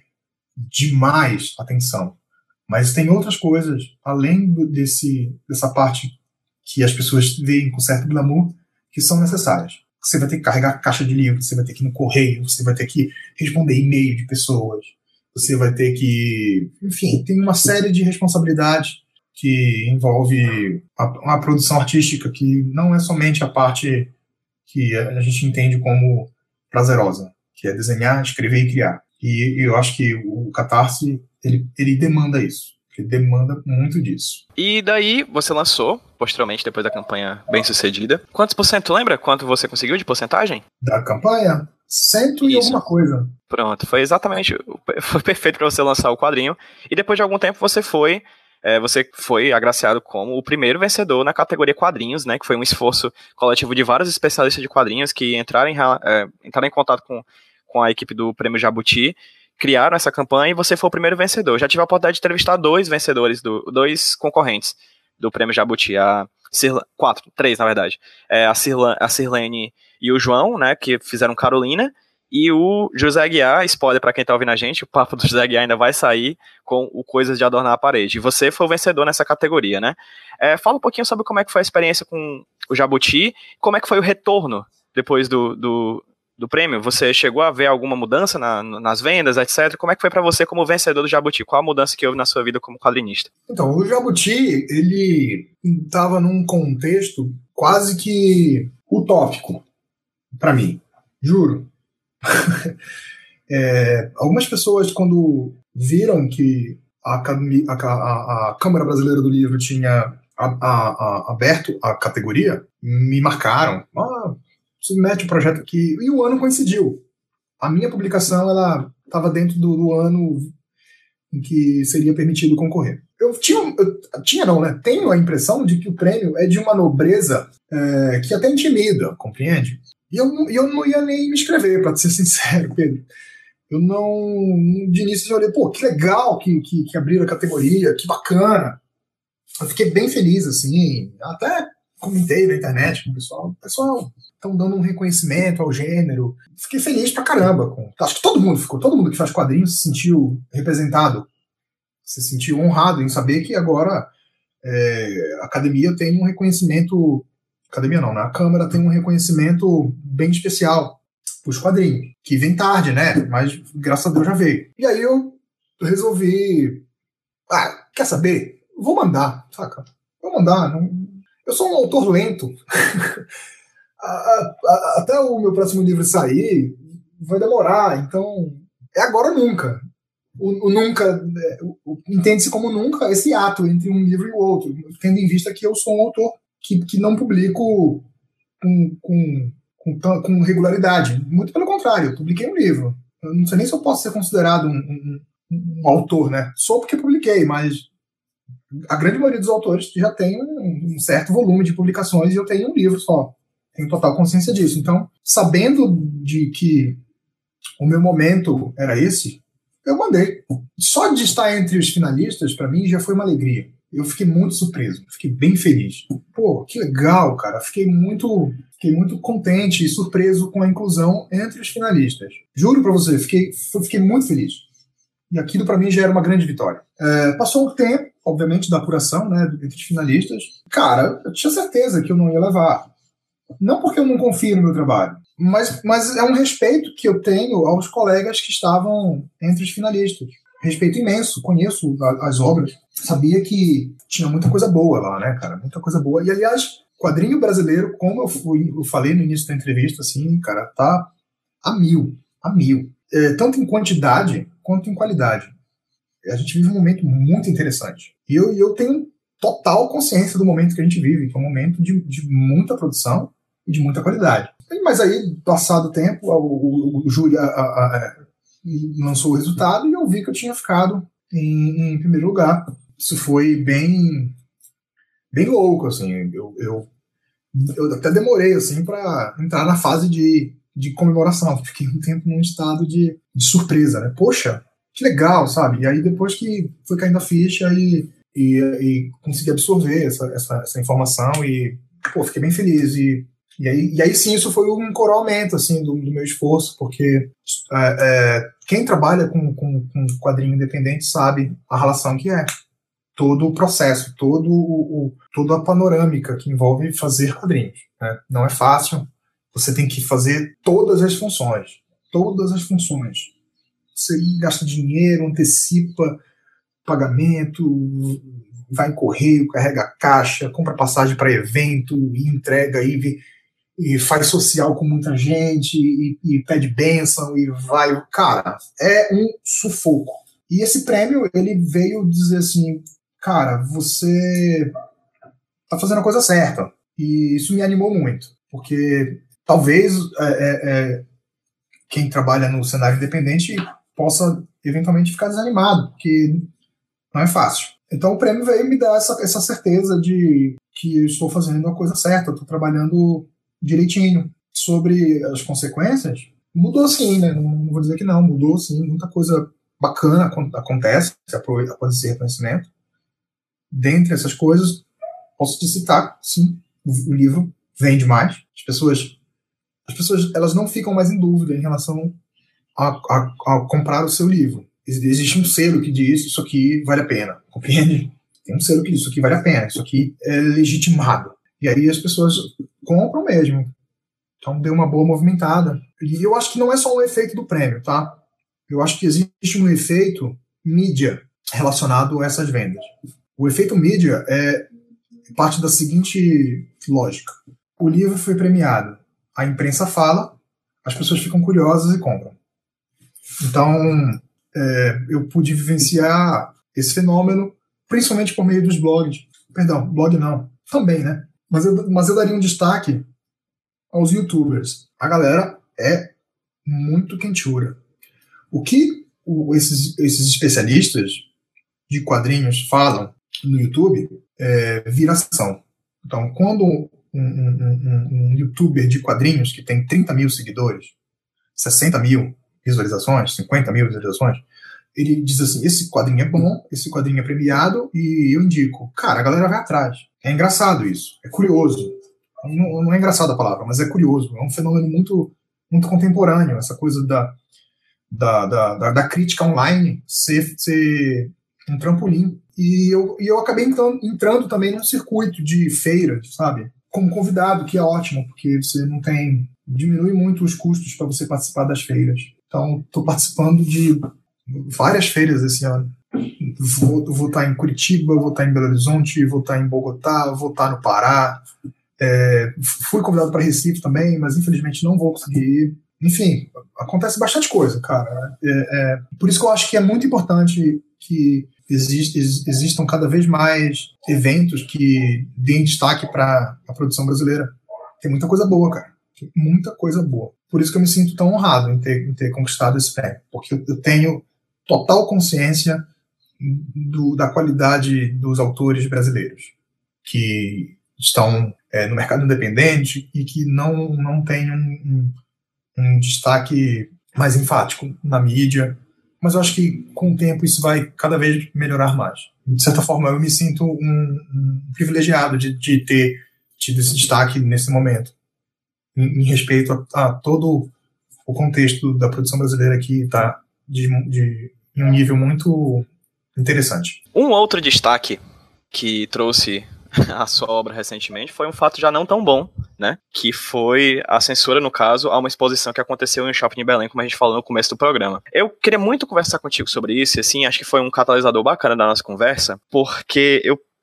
demais atenção. Mas tem outras coisas, além desse, dessa parte que as pessoas veem com certo glamour, que são necessárias. Você vai ter que carregar caixa de livro, você vai ter que ir no correio, você vai ter que responder e-mail de pessoas, você vai ter que... Enfim, tem uma série de responsabilidades que envolve a, a produção artística, que não é somente a parte que a gente entende como prazerosa, que é desenhar, escrever e criar. E eu acho que o Catarse, ele, ele demanda isso. Ele demanda muito disso. E daí, você lançou, posteriormente, depois da campanha bem sucedida. Quantos por cento, lembra? Quanto você conseguiu de porcentagem? Da campanha? Cento e alguma coisa. Pronto, foi exatamente, foi perfeito para você lançar o quadrinho. E depois de algum tempo você foi... É, você foi agraciado como o primeiro vencedor na categoria quadrinhos, né, que foi um esforço coletivo de vários especialistas de quadrinhos que entraram em, é, entraram em contato com, com a equipe do Prêmio Jabuti, criaram essa campanha e você foi o primeiro vencedor. Já tive a oportunidade de entrevistar dois vencedores, do, dois concorrentes do Prêmio Jabuti, a Cirla, quatro, três na verdade, é, a, Cirla, a Cirlene e o João, né, que fizeram Carolina, e o José Aguiar, spoiler pra quem tá ouvindo a gente, o papo do José Aguiar ainda vai sair com o Coisas de Adornar a Parede. E você foi o vencedor nessa categoria, né? É, fala um pouquinho sobre como é que foi a experiência com o Jabuti, como é que foi o retorno depois do, do, do prêmio. Você chegou a ver alguma mudança na, nas vendas, etcétera. Como é que foi pra você como vencedor do Jabuti? Qual a mudança que houve na sua vida como quadrinista? Então, o Jabuti, ele estava num contexto quase que utópico pra mim, juro. É, algumas pessoas, quando viram que a, Academia, a, a, a Câmara Brasileira do Livro tinha a, a, a, aberto a categoria, me marcaram. Ah, submete o projeto aqui. E o ano coincidiu. A minha publicação estava dentro do, do ano em que seria permitido concorrer. Eu tinha, eu tinha não, né? Tenho a impressão de que o prêmio é de uma nobreza é, que até intimida, compreende? E eu, eu não ia nem me inscrever, para ser sincero, Pedro. Eu não... De início eu olhei, pô, que legal que, que, que abriram a categoria, que bacana. Eu fiquei bem feliz, assim. Até comentei na internet com o pessoal. O pessoal estão dando um reconhecimento ao gênero. Fiquei feliz pra caramba. Com... Acho que todo mundo ficou. Todo mundo que faz quadrinhos se sentiu representado. Se sentiu honrado em saber que agora é, a academia tem um reconhecimento... Academia não, né? A Câmara tem um reconhecimento bem especial pros quadrinhos, que vem tarde, né? Mas graças a Deus já veio. E aí eu resolvi, ah, quer saber? Vou mandar, saca? Vou mandar. Não... Eu sou um autor lento. Até o meu próximo livro sair, vai demorar. Então, é agora ou nunca. O, o nunca, o, entende-se como nunca esse ato entre um livro e o outro, tendo em vista que eu sou um autor Que, que não publico com, com, com, com regularidade. Muito pelo contrário, eu publiquei um livro. Eu não sei nem se eu posso ser considerado um, um, um autor, né? Sou porque publiquei, mas a grande maioria dos autores já tem um, um certo volume de publicações e eu tenho um livro só. Tenho total consciência disso. Então, sabendo de que o meu momento era esse, eu mandei. Só de estar entre os finalistas, para mim, já foi uma alegria. Eu fiquei muito surpreso, fiquei bem feliz. Pô, que legal, cara. Fiquei muito, fiquei muito contente e surpreso com a inclusão entre os finalistas. Juro pra você, fiquei, fiquei muito feliz. E aquilo pra mim já era uma grande vitória. É, passou um tempo, obviamente, da apuração, né, entre os finalistas. Cara, eu tinha certeza que eu não ia levar. Não porque eu não confio no meu trabalho, mas, mas é um respeito que eu tenho aos colegas que estavam entre os finalistas. Respeito imenso, conheço as obras, sabia que tinha muita coisa boa lá, né, cara, muita coisa boa, e aliás, quadrinho brasileiro, como eu, fui, eu falei no início da entrevista, assim, cara, tá a mil, a mil. É, tanto em quantidade quanto em qualidade. A gente vive um momento muito interessante. E eu, eu tenho total consciência do momento que a gente vive, que é um momento de, de muita produção e de muita qualidade. Mas aí, passado o tempo, o, o, o júri a, a, a, lançou o resultado e eu vi que eu tinha ficado em, em primeiro lugar. Isso foi bem, bem louco, assim. Eu, eu, eu até demorei, assim, para entrar na fase de, de comemoração. Fiquei um tempo num estado de, de surpresa, né? Poxa, que legal, sabe? E aí, depois que foi caindo a ficha e, e, e consegui absorver essa, essa, essa informação e, pô, fiquei bem feliz. E, e, aí, e aí, sim, isso foi um coroamento, assim, do, do meu esforço, porque é, é, quem trabalha com, com, com quadrinho independente sabe a relação que é. Todo o processo, todo o, o, toda a panorâmica que envolve fazer quadrinhos. Né? Não é fácil, você tem que fazer todas as funções. Todas as funções. Você gasta dinheiro, antecipa pagamento, vai em correio, carrega caixa, compra passagem para evento, e entrega e, e faz social com muita gente, e, e pede bênção, e vai. Cara, é um sufoco. E esse prêmio, ele veio dizer assim, cara, você tá fazendo a coisa certa. E isso me animou muito, porque talvez é, é, quem trabalha no cenário independente possa eventualmente ficar desanimado, porque não é fácil. Então o prêmio veio me dar essa, essa certeza de que eu estou fazendo a coisa certa, estou trabalhando direitinho. Sobre as consequências, mudou sim, né? Não, não vou dizer que não, mudou sim, muita coisa bacana acontece após esse reconhecimento. Dentre essas coisas, posso te citar, sim, o, o livro vende mais. As pessoas, as pessoas elas não ficam mais em dúvida em relação a, a, a comprar o seu livro. Existe um selo que diz isso aqui vale a pena, compreende? Tem um selo que diz isso aqui vale a pena, isso aqui é legitimado. E aí as pessoas compram mesmo. Então deu uma boa movimentada. E eu acho que não é só um efeito do prêmio, tá? Eu acho que existe um efeito mídia relacionado a essas vendas. O efeito mídia é parte da seguinte lógica. O livro foi premiado. A imprensa fala, as pessoas ficam curiosas e compram. Então, é, eu pude vivenciar esse fenômeno, principalmente por meio dos blogs. Perdão, blog não. Também, né? Mas eu, mas eu daria um destaque aos youtubers. A galera é muito quentura. O que o, esses, esses especialistas de quadrinhos falam no YouTube é viração. Então, quando um, um, um, um youtuber de quadrinhos que tem trinta mil seguidores, sessenta mil visualizações, cinquenta mil visualizações, ele diz assim, esse quadrinho é bom, esse quadrinho é premiado e eu indico. Cara, a galera vai atrás. É engraçado isso, é curioso. Não, não é engraçada a palavra, mas é curioso. É um fenômeno muito, muito contemporâneo, essa coisa da, da, da, da, da crítica online ser, ser um trampolim. E eu, e eu acabei entrando, entrando também num circuito de feira, sabe? Como convidado, que é ótimo, porque você não tem... diminui muito os custos para você participar das feiras. Então, estou participando de várias feiras esse ano. Vou, vou estar em Curitiba, vou estar em Belo Horizonte, vou estar em Bogotá, vou estar no Pará. É, fui convidado para Recife também, mas infelizmente não vou conseguir ir. Enfim, acontece bastante coisa, cara. É, é, por isso que eu acho que é muito importante que exist, existam cada vez mais eventos que deem destaque para a produção brasileira. Tem muita coisa boa, cara. Tem muita coisa boa. Por isso que eu me sinto tão honrado em ter, em ter conquistado esse prêmio. Porque eu tenho total consciência do, da qualidade dos autores brasileiros que estão é, no mercado independente e que não, não têm um, um, um destaque mais enfático na mídia. Mas eu acho que com o tempo isso vai cada vez melhorar mais. De certa forma, eu me sinto um, um privilegiado de, de ter tido esse destaque nesse momento, em, em respeito a, a todo o contexto da produção brasileira que está de, de, em um nível muito interessante. Um outro destaque que trouxe a sua obra recentemente foi um fato já não tão bom, né? Que foi a censura, no caso, a uma exposição que aconteceu em Shopping de Belém, como a gente falou no começo do programa. Eu queria muito conversar contigo sobre isso, e assim, acho que foi um catalisador bacana da nossa conversa, porque eu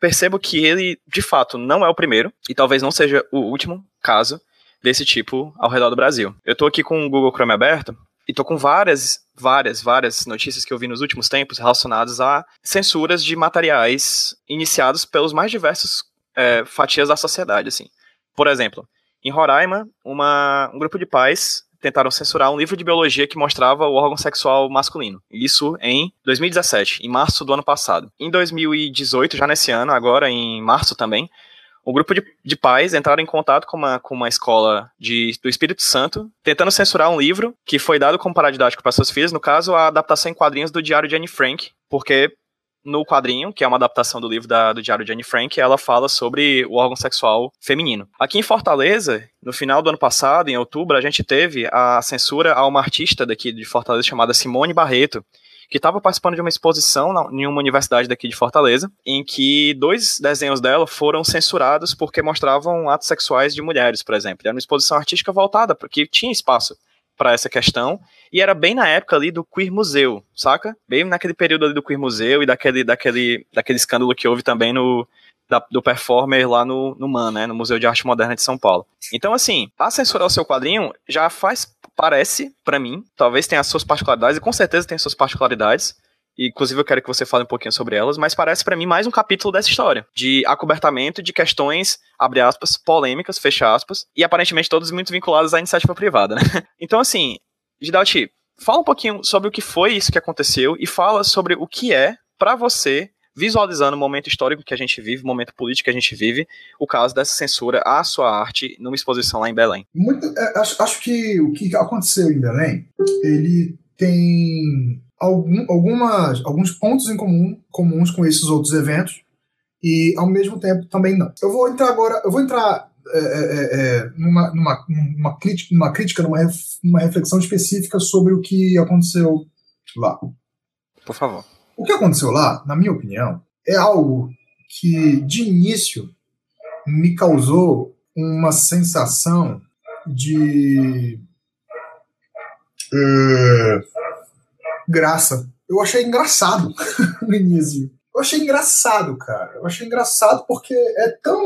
percebo que ele, de fato, não é o primeiro, e talvez não seja o último caso desse tipo ao redor do Brasil. Eu tô aqui com o Google Chrome aberto, e tô com várias, várias, várias notícias que eu vi nos últimos tempos relacionadas a censuras de materiais iniciados pelos mais diversos é, fatias da sociedade, assim. Por exemplo, em Roraima, uma, um grupo de pais tentaram censurar um livro de biologia que mostrava o órgão sexual masculino. Isso em dois mil e dezessete, em março do ano passado. Em dois mil e dezoito, já nesse ano, agora em março também, um grupo de, de pais entraram em contato com uma, com uma escola de, do Espírito Santo, tentando censurar um livro que foi dado como paradidático para suas filhas, no caso, a adaptação em quadrinhos do Diário de Anne Frank, porque no quadrinho, que é uma adaptação do livro da, do Diário de Anne Frank, ela fala sobre o órgão sexual feminino. Aqui em Fortaleza, no final do ano passado, em outubro, a gente teve a censura a uma artista daqui de Fortaleza chamada Simone Barreto, que estava participando de uma exposição na, em uma universidade daqui de Fortaleza, em que dois desenhos dela foram censurados porque mostravam atos sexuais de mulheres, por exemplo. Era uma exposição artística voltada, porque tinha espaço para essa questão, e era bem na época ali do Queer Museu, saca? Bem naquele período ali do Queer Museu e daquele, daquele, daquele escândalo que houve também no, da, do performer lá no, no M A N, né, no Museu de Arte Moderna de São Paulo. Então, assim, a censurar o seu quadrinho já faz, parece, pra mim, talvez tenha as suas particularidades, e com certeza tem as suas particularidades, e inclusive eu quero que você fale um pouquinho sobre elas, mas parece pra mim mais um capítulo dessa história, de acobertamento de questões, abre aspas, polêmicas, fecha aspas, e aparentemente todas muito vinculadas à iniciativa privada, né? Então, assim, Gidalti, fala um pouquinho sobre o que foi isso que aconteceu e fala sobre o que é, pra você, visualizando o momento histórico que a gente vive, o momento político que a gente vive, o caso dessa censura à sua arte numa exposição lá em Belém. Muito, é, acho, acho que o que aconteceu em Belém, ele tem algum, algumas, alguns pontos em comum, comuns com esses outros eventos, e ao mesmo tempo também não. Eu vou entrar agora, eu vou entrar é, é, é, numa, numa, numa crítica, numa, crítica numa, ref, numa reflexão específica sobre o que aconteceu lá. Por favor. O que aconteceu lá, na minha opinião, é algo que de início me causou uma sensação de é, graça. Eu achei engraçado no início. Eu achei engraçado, cara. Eu achei engraçado porque é tão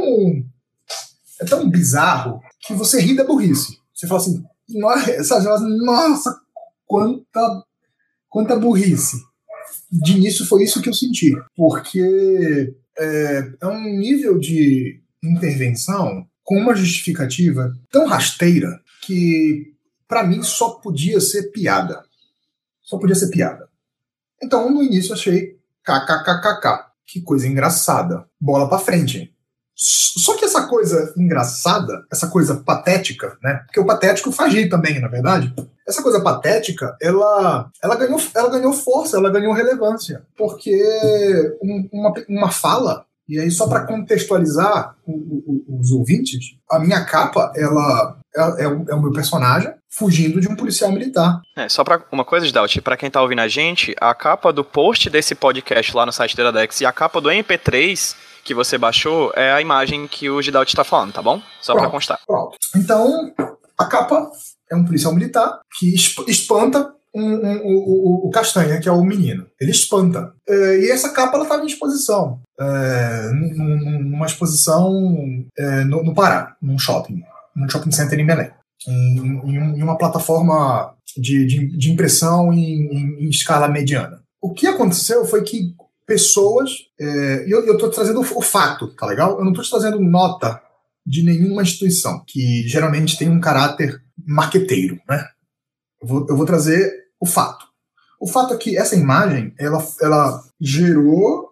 é tão bizarro que você ri da burrice. Você fala assim, nossa, nossa quanta, quanta burrice. De início foi isso que eu senti. Porque é, é um nível de intervenção com uma justificativa tão rasteira que, pra mim, só podia ser piada. Só podia ser piada. Então, no início, eu achei kkkk. Que coisa engraçada. Bola pra frente. Só que essa coisa engraçada, essa coisa patética, né? Porque o patético faz rir também, na verdade. Essa coisa patética, ela, ela, ganhou, ela ganhou força, ela ganhou relevância. Porque um, uma, uma fala, e aí só para contextualizar o, o, os ouvintes, a minha capa, ela é, é, o, é o meu personagem fugindo de um policial militar. É, só pra uma coisa, Gidalti, pra quem tá ouvindo a gente, a capa do post desse podcast lá no site da Iradex e a capa do M P três que você baixou é a imagem que o Gidalti tá falando, tá bom? Só pronto, pra constar. Pronto. Então, a capa é um policial militar que espanta um, um, o, o, o Castanha, que é o menino. Ele espanta. É, e essa capa ela estava em exposição. É, numa exposição é, no, no Pará, num shopping. Num shopping center em Belém. Em, em, em uma plataforma de, de, de impressão em, em, em escala mediana. O que aconteceu foi que pessoas... É, eu, eu tô trazendo o, o fato, tá legal? Eu não tô te trazendo nota de nenhuma instituição, que geralmente tem um caráter marqueteiro, né? Eu vou, eu vou trazer o fato. O fato é que essa imagem, ela, ela gerou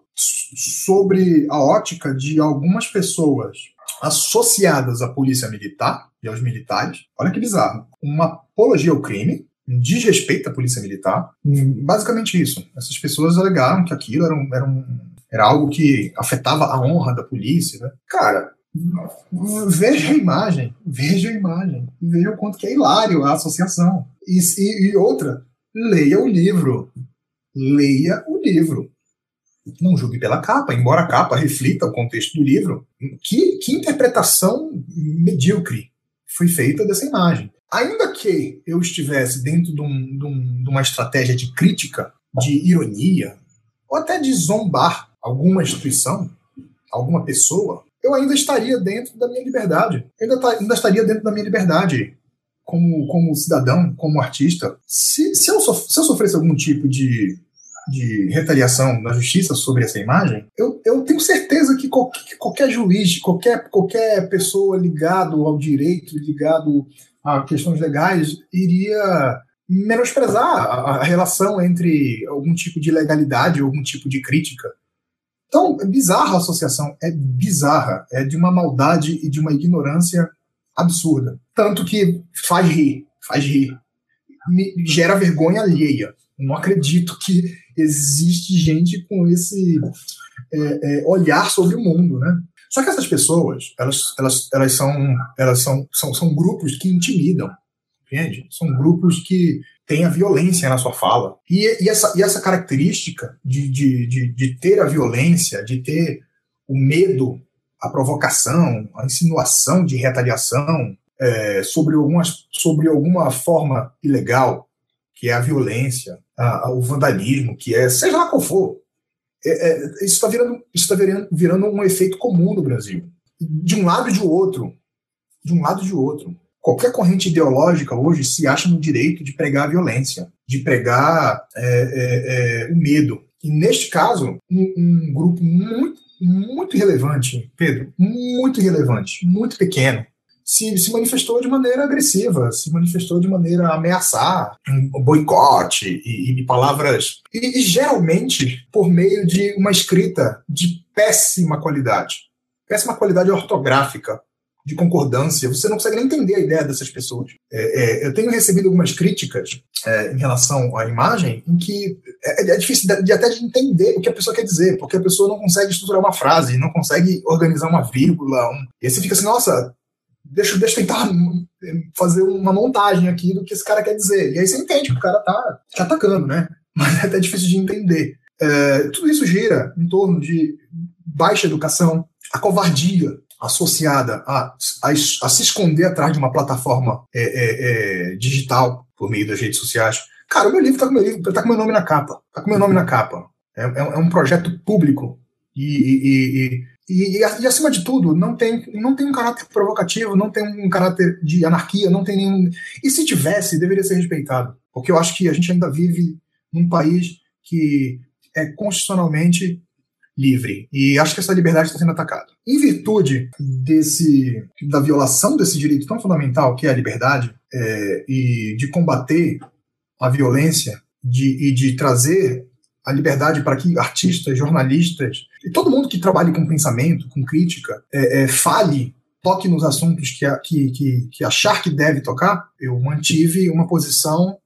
sobre a ótica de algumas pessoas associadas à polícia militar e aos militares, olha que bizarro, uma apologia ao crime, um desrespeito à polícia militar, basicamente isso. Essas pessoas alegaram que aquilo era, um, era, um, era algo que afetava a honra da polícia, né? Cara, veja a imagem, veja a imagem, veja o quanto que é hilário a associação. E, e, e outra, leia o livro. Leia o livro. Não julgue pela capa, embora a capa reflita o contexto do livro. Que, que interpretação medíocre foi feita dessa imagem. Ainda que eu estivesse dentro de, um, de, um, de uma estratégia de crítica, de ironia, ou até de zombar alguma instituição, alguma pessoa, eu ainda estaria dentro da minha liberdade. Eu ainda, tá, ainda estaria dentro da minha liberdade como, como cidadão, como artista. Se, se, eu, sof- se eu sofresse algum tipo de, de retaliação na justiça sobre essa imagem, eu, eu tenho certeza que qualquer, que qualquer juiz, qualquer, qualquer pessoa ligado ao direito, ligado a questões legais, iria menosprezar a, a relação entre algum tipo de legalidade, algum tipo de crítica. Então, é bizarra a associação, é bizarra, é de uma maldade e de uma ignorância absurda. Tanto que faz rir, faz rir. Me gera vergonha alheia. Eu não acredito que existe gente com esse é, é, olhar sobre o mundo, né? Só que essas pessoas, elas, elas, elas, são, elas são, são, são grupos que intimidam, entende? São grupos que têm a violência na sua fala. E, e, essa, e essa característica de, de, de, de ter a violência, de ter o medo, a provocação, a insinuação de retaliação é, sobre, algumas, sobre alguma forma ilegal, que é a violência, a, a, o vandalismo, que é, seja lá qual for, é, é, isso está virando, isso tá virando, virando um efeito comum no Brasil. De um lado e de outro. De um lado e de outro. Qualquer corrente ideológica hoje se acha no direito de pregar a violência, de pregar é, é, é, o medo. E neste caso, um, um grupo muito, muito relevante, Pedro, muito relevante, muito pequeno, se, se manifestou de maneira agressiva, se manifestou de maneira a ameaçar, um boicote e, e palavras... E, e geralmente por meio de uma escrita de péssima qualidade. Péssima qualidade ortográfica, de concordância, você não consegue nem entender a ideia dessas pessoas. É, é, eu tenho recebido algumas críticas é, em relação à imagem, em que é, é difícil de, de até de entender o que a pessoa quer dizer, porque a pessoa não consegue estruturar uma frase, não consegue organizar uma vírgula. Um, e aí você fica assim, nossa, deixa, deixa eu tentar fazer uma montagem aqui do que esse cara quer dizer. E aí você entende que o cara tá te atacando, né? Mas é até difícil de entender. É, tudo isso gira em torno de baixa educação, a covardia associada a, a, a se esconder atrás de uma plataforma é, é, é, digital por meio das redes sociais. Cara, o meu livro está com meu livro, tá com meu nome na capa. Tá com meu nome na capa. É, é, é um projeto público. E, e, e, e, e, acima de tudo, não tem, não tem um caráter provocativo, não tem um caráter de anarquia, não tem nenhum... E se tivesse, deveria ser respeitado. Porque eu acho que a gente ainda vive num país que é constitucionalmente livre. E acho que essa liberdade está sendo atacada. Em virtude desse, da violação desse direito tão fundamental que é a liberdade, é, e de combater a violência de, e de trazer a liberdade para que artistas, jornalistas e todo mundo que trabalhe com pensamento, com crítica, é, é, fale, toque nos assuntos que, que, que, que achar que deve tocar, eu mantive uma posição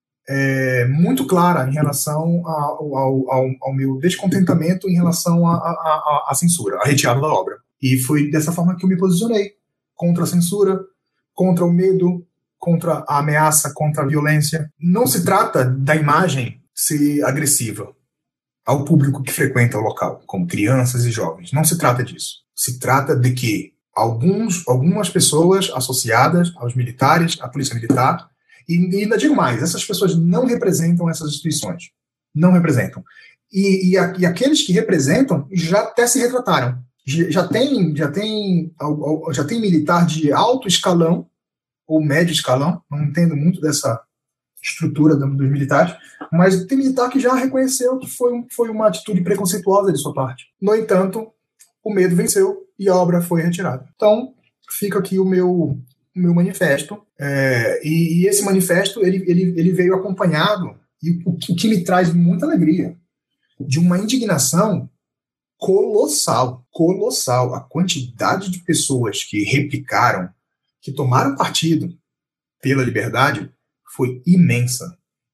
É, muito clara em relação ao, ao, ao, ao meu descontentamento em relação à censura, à retirada da obra. E foi dessa forma que eu me posicionei contra a censura, contra o medo, contra a ameaça, contra a violência. Não se trata da imagem ser agressiva ao público que frequenta o local, como crianças e jovens. Não se trata disso. Se trata de que alguns, algumas pessoas associadas aos militares, à polícia militar, e ainda digo mais, essas pessoas não representam essas instituições. Não representam. E, e, a, e aqueles que representam já até se retrataram. Já, já, tem, já, tem, já tem militar de alto escalão, ou médio escalão, não entendo muito dessa estrutura dos militares, mas tem militar que já reconheceu que foi, foi uma atitude preconceituosa de sua parte. No entanto, o medo venceu e a obra foi retirada. Então, fica aqui o meu... meu manifesto, é, e, e esse manifesto ele, ele, ele veio acompanhado, e o, o que me traz muita alegria, de uma indignação colossal, colossal. A quantidade de pessoas que replicaram, que tomaram partido pela liberdade, foi imensa,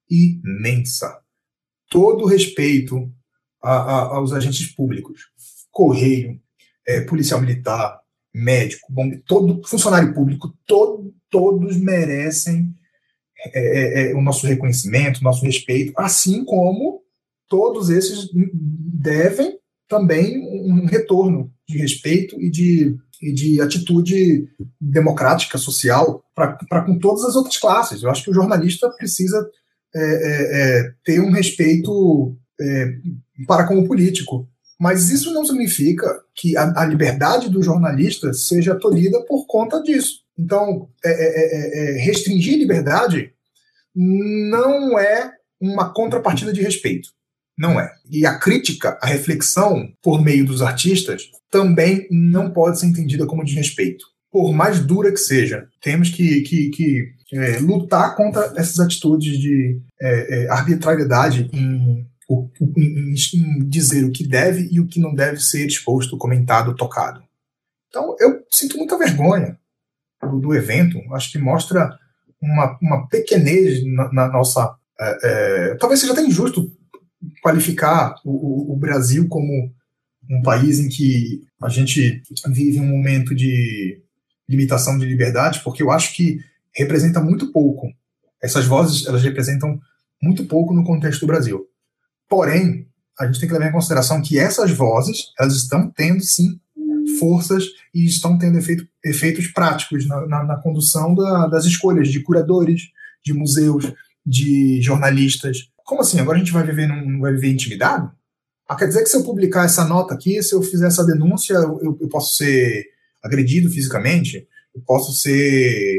imensa. Todo respeito a, a, aos agentes públicos, correio, é, policial militar, médico, bom, todo funcionário público, todo, todos merecem é, é, o nosso reconhecimento, o nosso respeito, assim como todos esses devem também um retorno de respeito e de, e de atitude democrática, social, para com todas as outras classes. Eu acho que o jornalista precisa é, é, é, ter um respeito é, para com o político, Mas isso não significa que a, a liberdade do jornalista seja tolhida por conta disso. Então, é, é, é, restringir liberdade não é uma contrapartida de respeito. Não é. E a crítica, a reflexão por meio dos artistas também não pode ser entendida como desrespeito. Por mais dura que seja, temos que, que, que é, lutar contra essas atitudes de é, é, arbitrariedade em, em, em dizer o que deve e o que não deve ser exposto, comentado, tocado. Então, eu sinto muita vergonha do, do evento. Acho que mostra uma, uma pequenez na, na nossa... É, é, talvez seja até injusto qualificar o, o Brasil como um país em que a gente vive um momento de limitação de liberdade, porque eu acho que representa muito pouco. Essas vozes, elas representam muito pouco no contexto do Brasil. Porém, a gente tem que levar em consideração que essas vozes, elas estão tendo, sim, forças e estão tendo efeito, efeitos práticos na, na, na condução da, das escolhas de curadores, de museus, de jornalistas. Como assim? Agora a gente vai viver, não vai viver intimidado? Ah, quer dizer que se eu publicar essa nota aqui, se eu fizer essa denúncia, eu, eu posso ser agredido fisicamente? Eu posso ser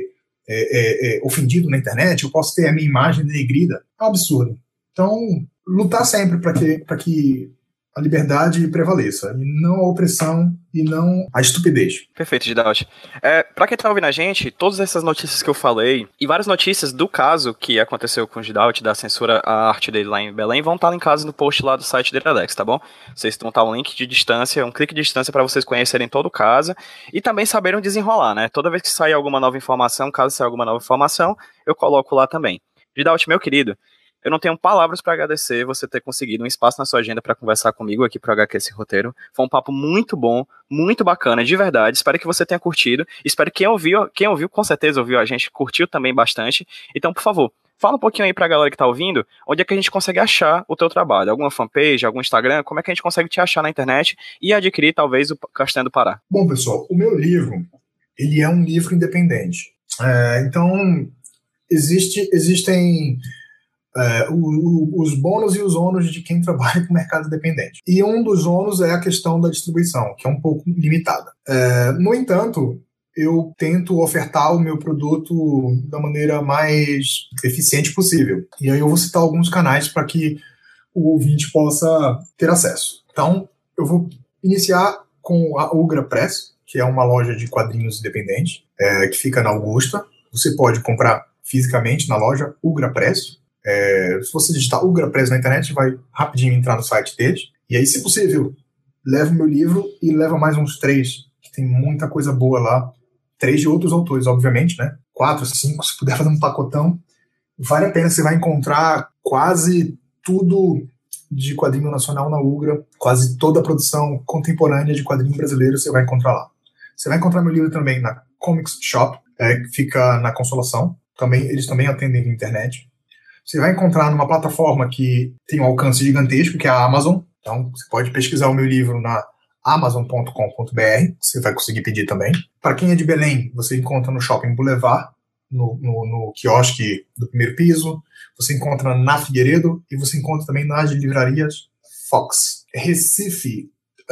é, é, é, ofendido na internet? Eu posso ter a minha imagem denegrida? É um absurdo. Então, lutar sempre para que, para que a liberdade prevaleça, e não a opressão e não a estupidez. Perfeito, Gidalt. É, pra quem tá ouvindo a gente, todas essas notícias que eu falei, e várias notícias do caso que aconteceu com o Gidalt, da censura à arte dele lá em Belém, vão estar linkadas no post lá do site da Iradex, tá bom? Vocês vão estar um link de distância, um clique de distância para vocês conhecerem todo o caso e também saberem desenrolar, né? Toda vez que sair alguma nova informação, caso saia alguma nova informação, eu coloco lá também. Gidalt, meu querido, eu não tenho palavras para agradecer você ter conseguido um espaço na sua agenda para conversar comigo aqui pro H Q Sem Roteiro. Foi um papo muito bom, muito bacana, de verdade. Espero que você tenha curtido. Espero que quem ouviu, quem ouviu com certeza ouviu a gente, curtiu também bastante. Então, por favor, fala um pouquinho aí pra galera que tá ouvindo, onde é que a gente consegue achar o teu trabalho? Alguma fanpage, algum Instagram? Como é que a gente consegue te achar na internet e adquirir, talvez, o Castanha do Pará? Bom, pessoal, o meu livro, ele é um livro independente. É, então, existe, existem... É, o, o, os bônus e os ônus de quem trabalha com o mercado independente. E um dos ônus é a questão da distribuição, que é um pouco limitada. É, no entanto, eu tento ofertar o meu produto da maneira mais eficiente possível. E aí eu vou citar alguns canais para que o ouvinte possa ter acesso. Então, eu vou iniciar com a Ugra Press, que é uma loja de quadrinhos independente, é, que fica na Augusta. Você pode comprar fisicamente na loja Ugra Press. É, se você digitar Ugra Press na internet, vai rapidinho entrar no site deles. E aí, se possível, leva o meu livro e leva mais uns três, que tem muita coisa boa lá. Três de outros autores, obviamente, né? Quatro, cinco, se puder fazer um pacotão. Vale a pena, você vai encontrar quase tudo de quadrinho nacional na Ugra, quase toda a produção contemporânea de quadrinho brasileiro você vai encontrar lá. Você vai encontrar meu livro também na Comics Shop, é, que fica na Consolação. Também, eles também atendem na internet. Você vai encontrar numa plataforma que tem um alcance gigantesco, que é a Amazon. Então, você pode pesquisar o meu livro na amazon ponto com ponto b r. Você vai conseguir pedir também. Para quem é de Belém, você encontra no Shopping Boulevard, no, no, no quiosque do primeiro piso. Você encontra na Figueiredo e você encontra também nas livrarias Fox. Recife,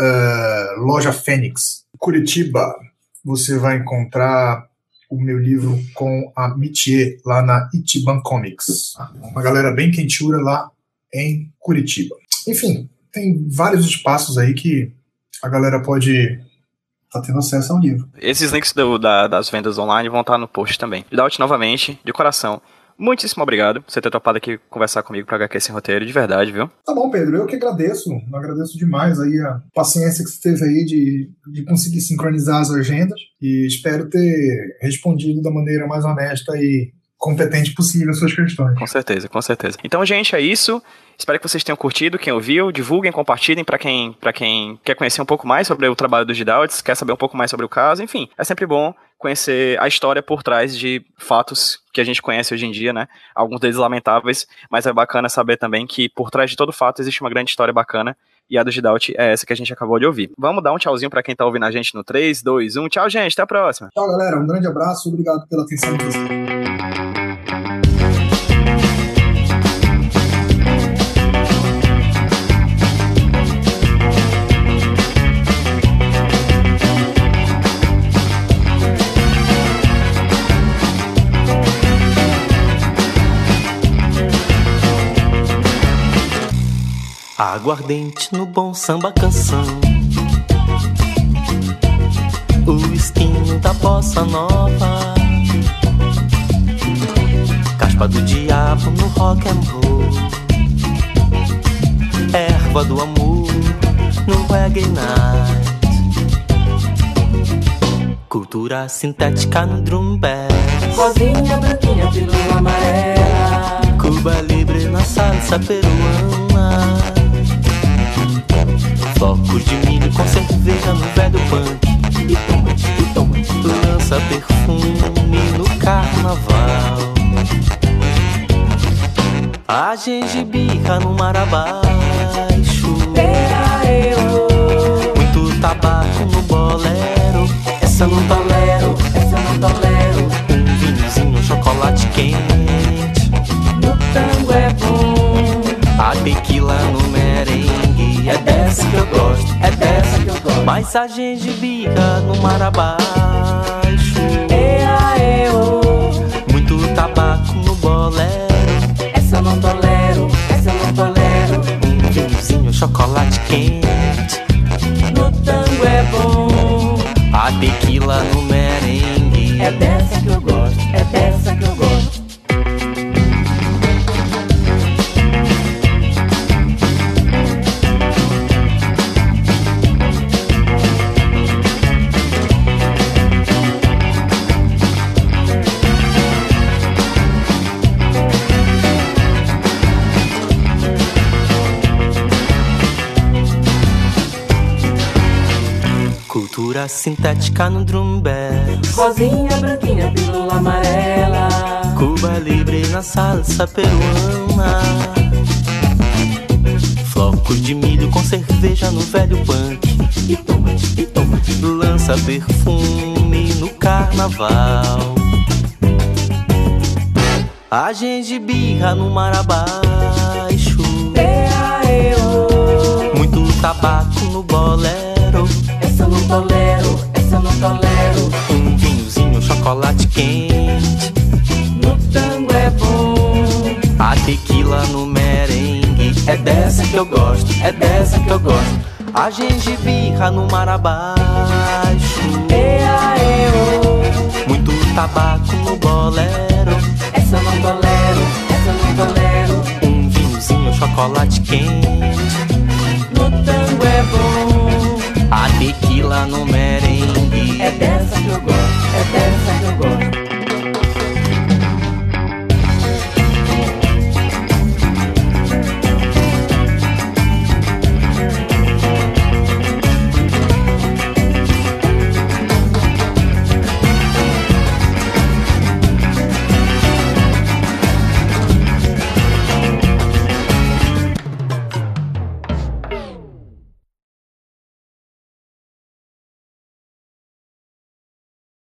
uh, Loja Fênix. Curitiba, você vai encontrar o meu livro com a Mitier, lá na Itiban Comics. Uma galera bem quentura lá em Curitiba. Enfim, tem vários espaços aí que a galera pode estar tá tendo acesso ao livro. Esses links do, da, das vendas online vão estar no post também. Gidalt, novamente, de coração, muitíssimo obrigado por você ter topado aqui conversar comigo para H Q Sem Roteiro, de verdade, viu? Tá bom, Pedro, eu que agradeço. Eu agradeço demais aí a paciência que você teve aí de, de conseguir sincronizar as agendas e espero ter respondido da maneira mais honesta e competente possível as suas questões. Com certeza, com certeza. Então, gente, é isso. Espero que vocês tenham curtido, quem ouviu, divulguem, compartilhem para quem, para quem quer conhecer um pouco mais sobre o trabalho do Gidalt, quer saber um pouco mais sobre o caso, enfim, é sempre bom conhecer a história por trás de fatos que a gente conhece hoje em dia, né? Alguns deles lamentáveis, mas é bacana saber também que por trás de todo fato existe uma grande história bacana, e a do Gidalt é essa que a gente acabou de ouvir. Vamos dar um tchauzinho pra quem tá ouvindo a gente no três, dois, um. Tchau, gente, até a próxima. Tchau, galera, um grande abraço, obrigado pela atenção de vocês. Aguardente no bom samba canção, o esquinho da bossa nova, caspa do diabo no rock and roll, erva do amor no reggae night, cultura sintética no drum bass, rosinha, branquinha, pílula amarela, Cuba Libre na salsa peruana, flocos de milho com cerveja no velho punk, e toma, e toma, lança perfume no carnaval, a gengibirra no mar abaixo, muito tabaco no bolero, essa não tolero, essa não tolero, um vinhozinho, um chocolate quente, no tango é bom, a tequila no merengue, é dessa que eu gosto, é dessa que eu gosto, mas a gengibirra no mar abaixo, ea, eu, muito tabaco no bolero, essa não tolero, essa não tolero, um vinhozinho, um chocolate quente, no tango é bom, a tequila no merengue, é dessa que eu gosto, é dessa que eu gosto. cultura sintética no drum bass, rosinha, branquinha, pílula amarela, Cuba Libre na salsa peruana, flocos de milho com cerveja no velho punk, e toma, e toma, lança perfume no carnaval, a gengibirra no mar abaixo, ea, eu, muito tabaco no bolero, essa não tolero, essa não tolero, um vinhozinho, um chocolate quente, no tango é bom, a tequila no merengue, é dessa que eu gosto, é dessa que eu gosto, a gengibirra no mar abaixo, ea, eu, muito tabaco no bolero, essa não tolero, essa não tolero, um vinhozinho, um chocolate quente, no tango é bom, a tequila no merengue,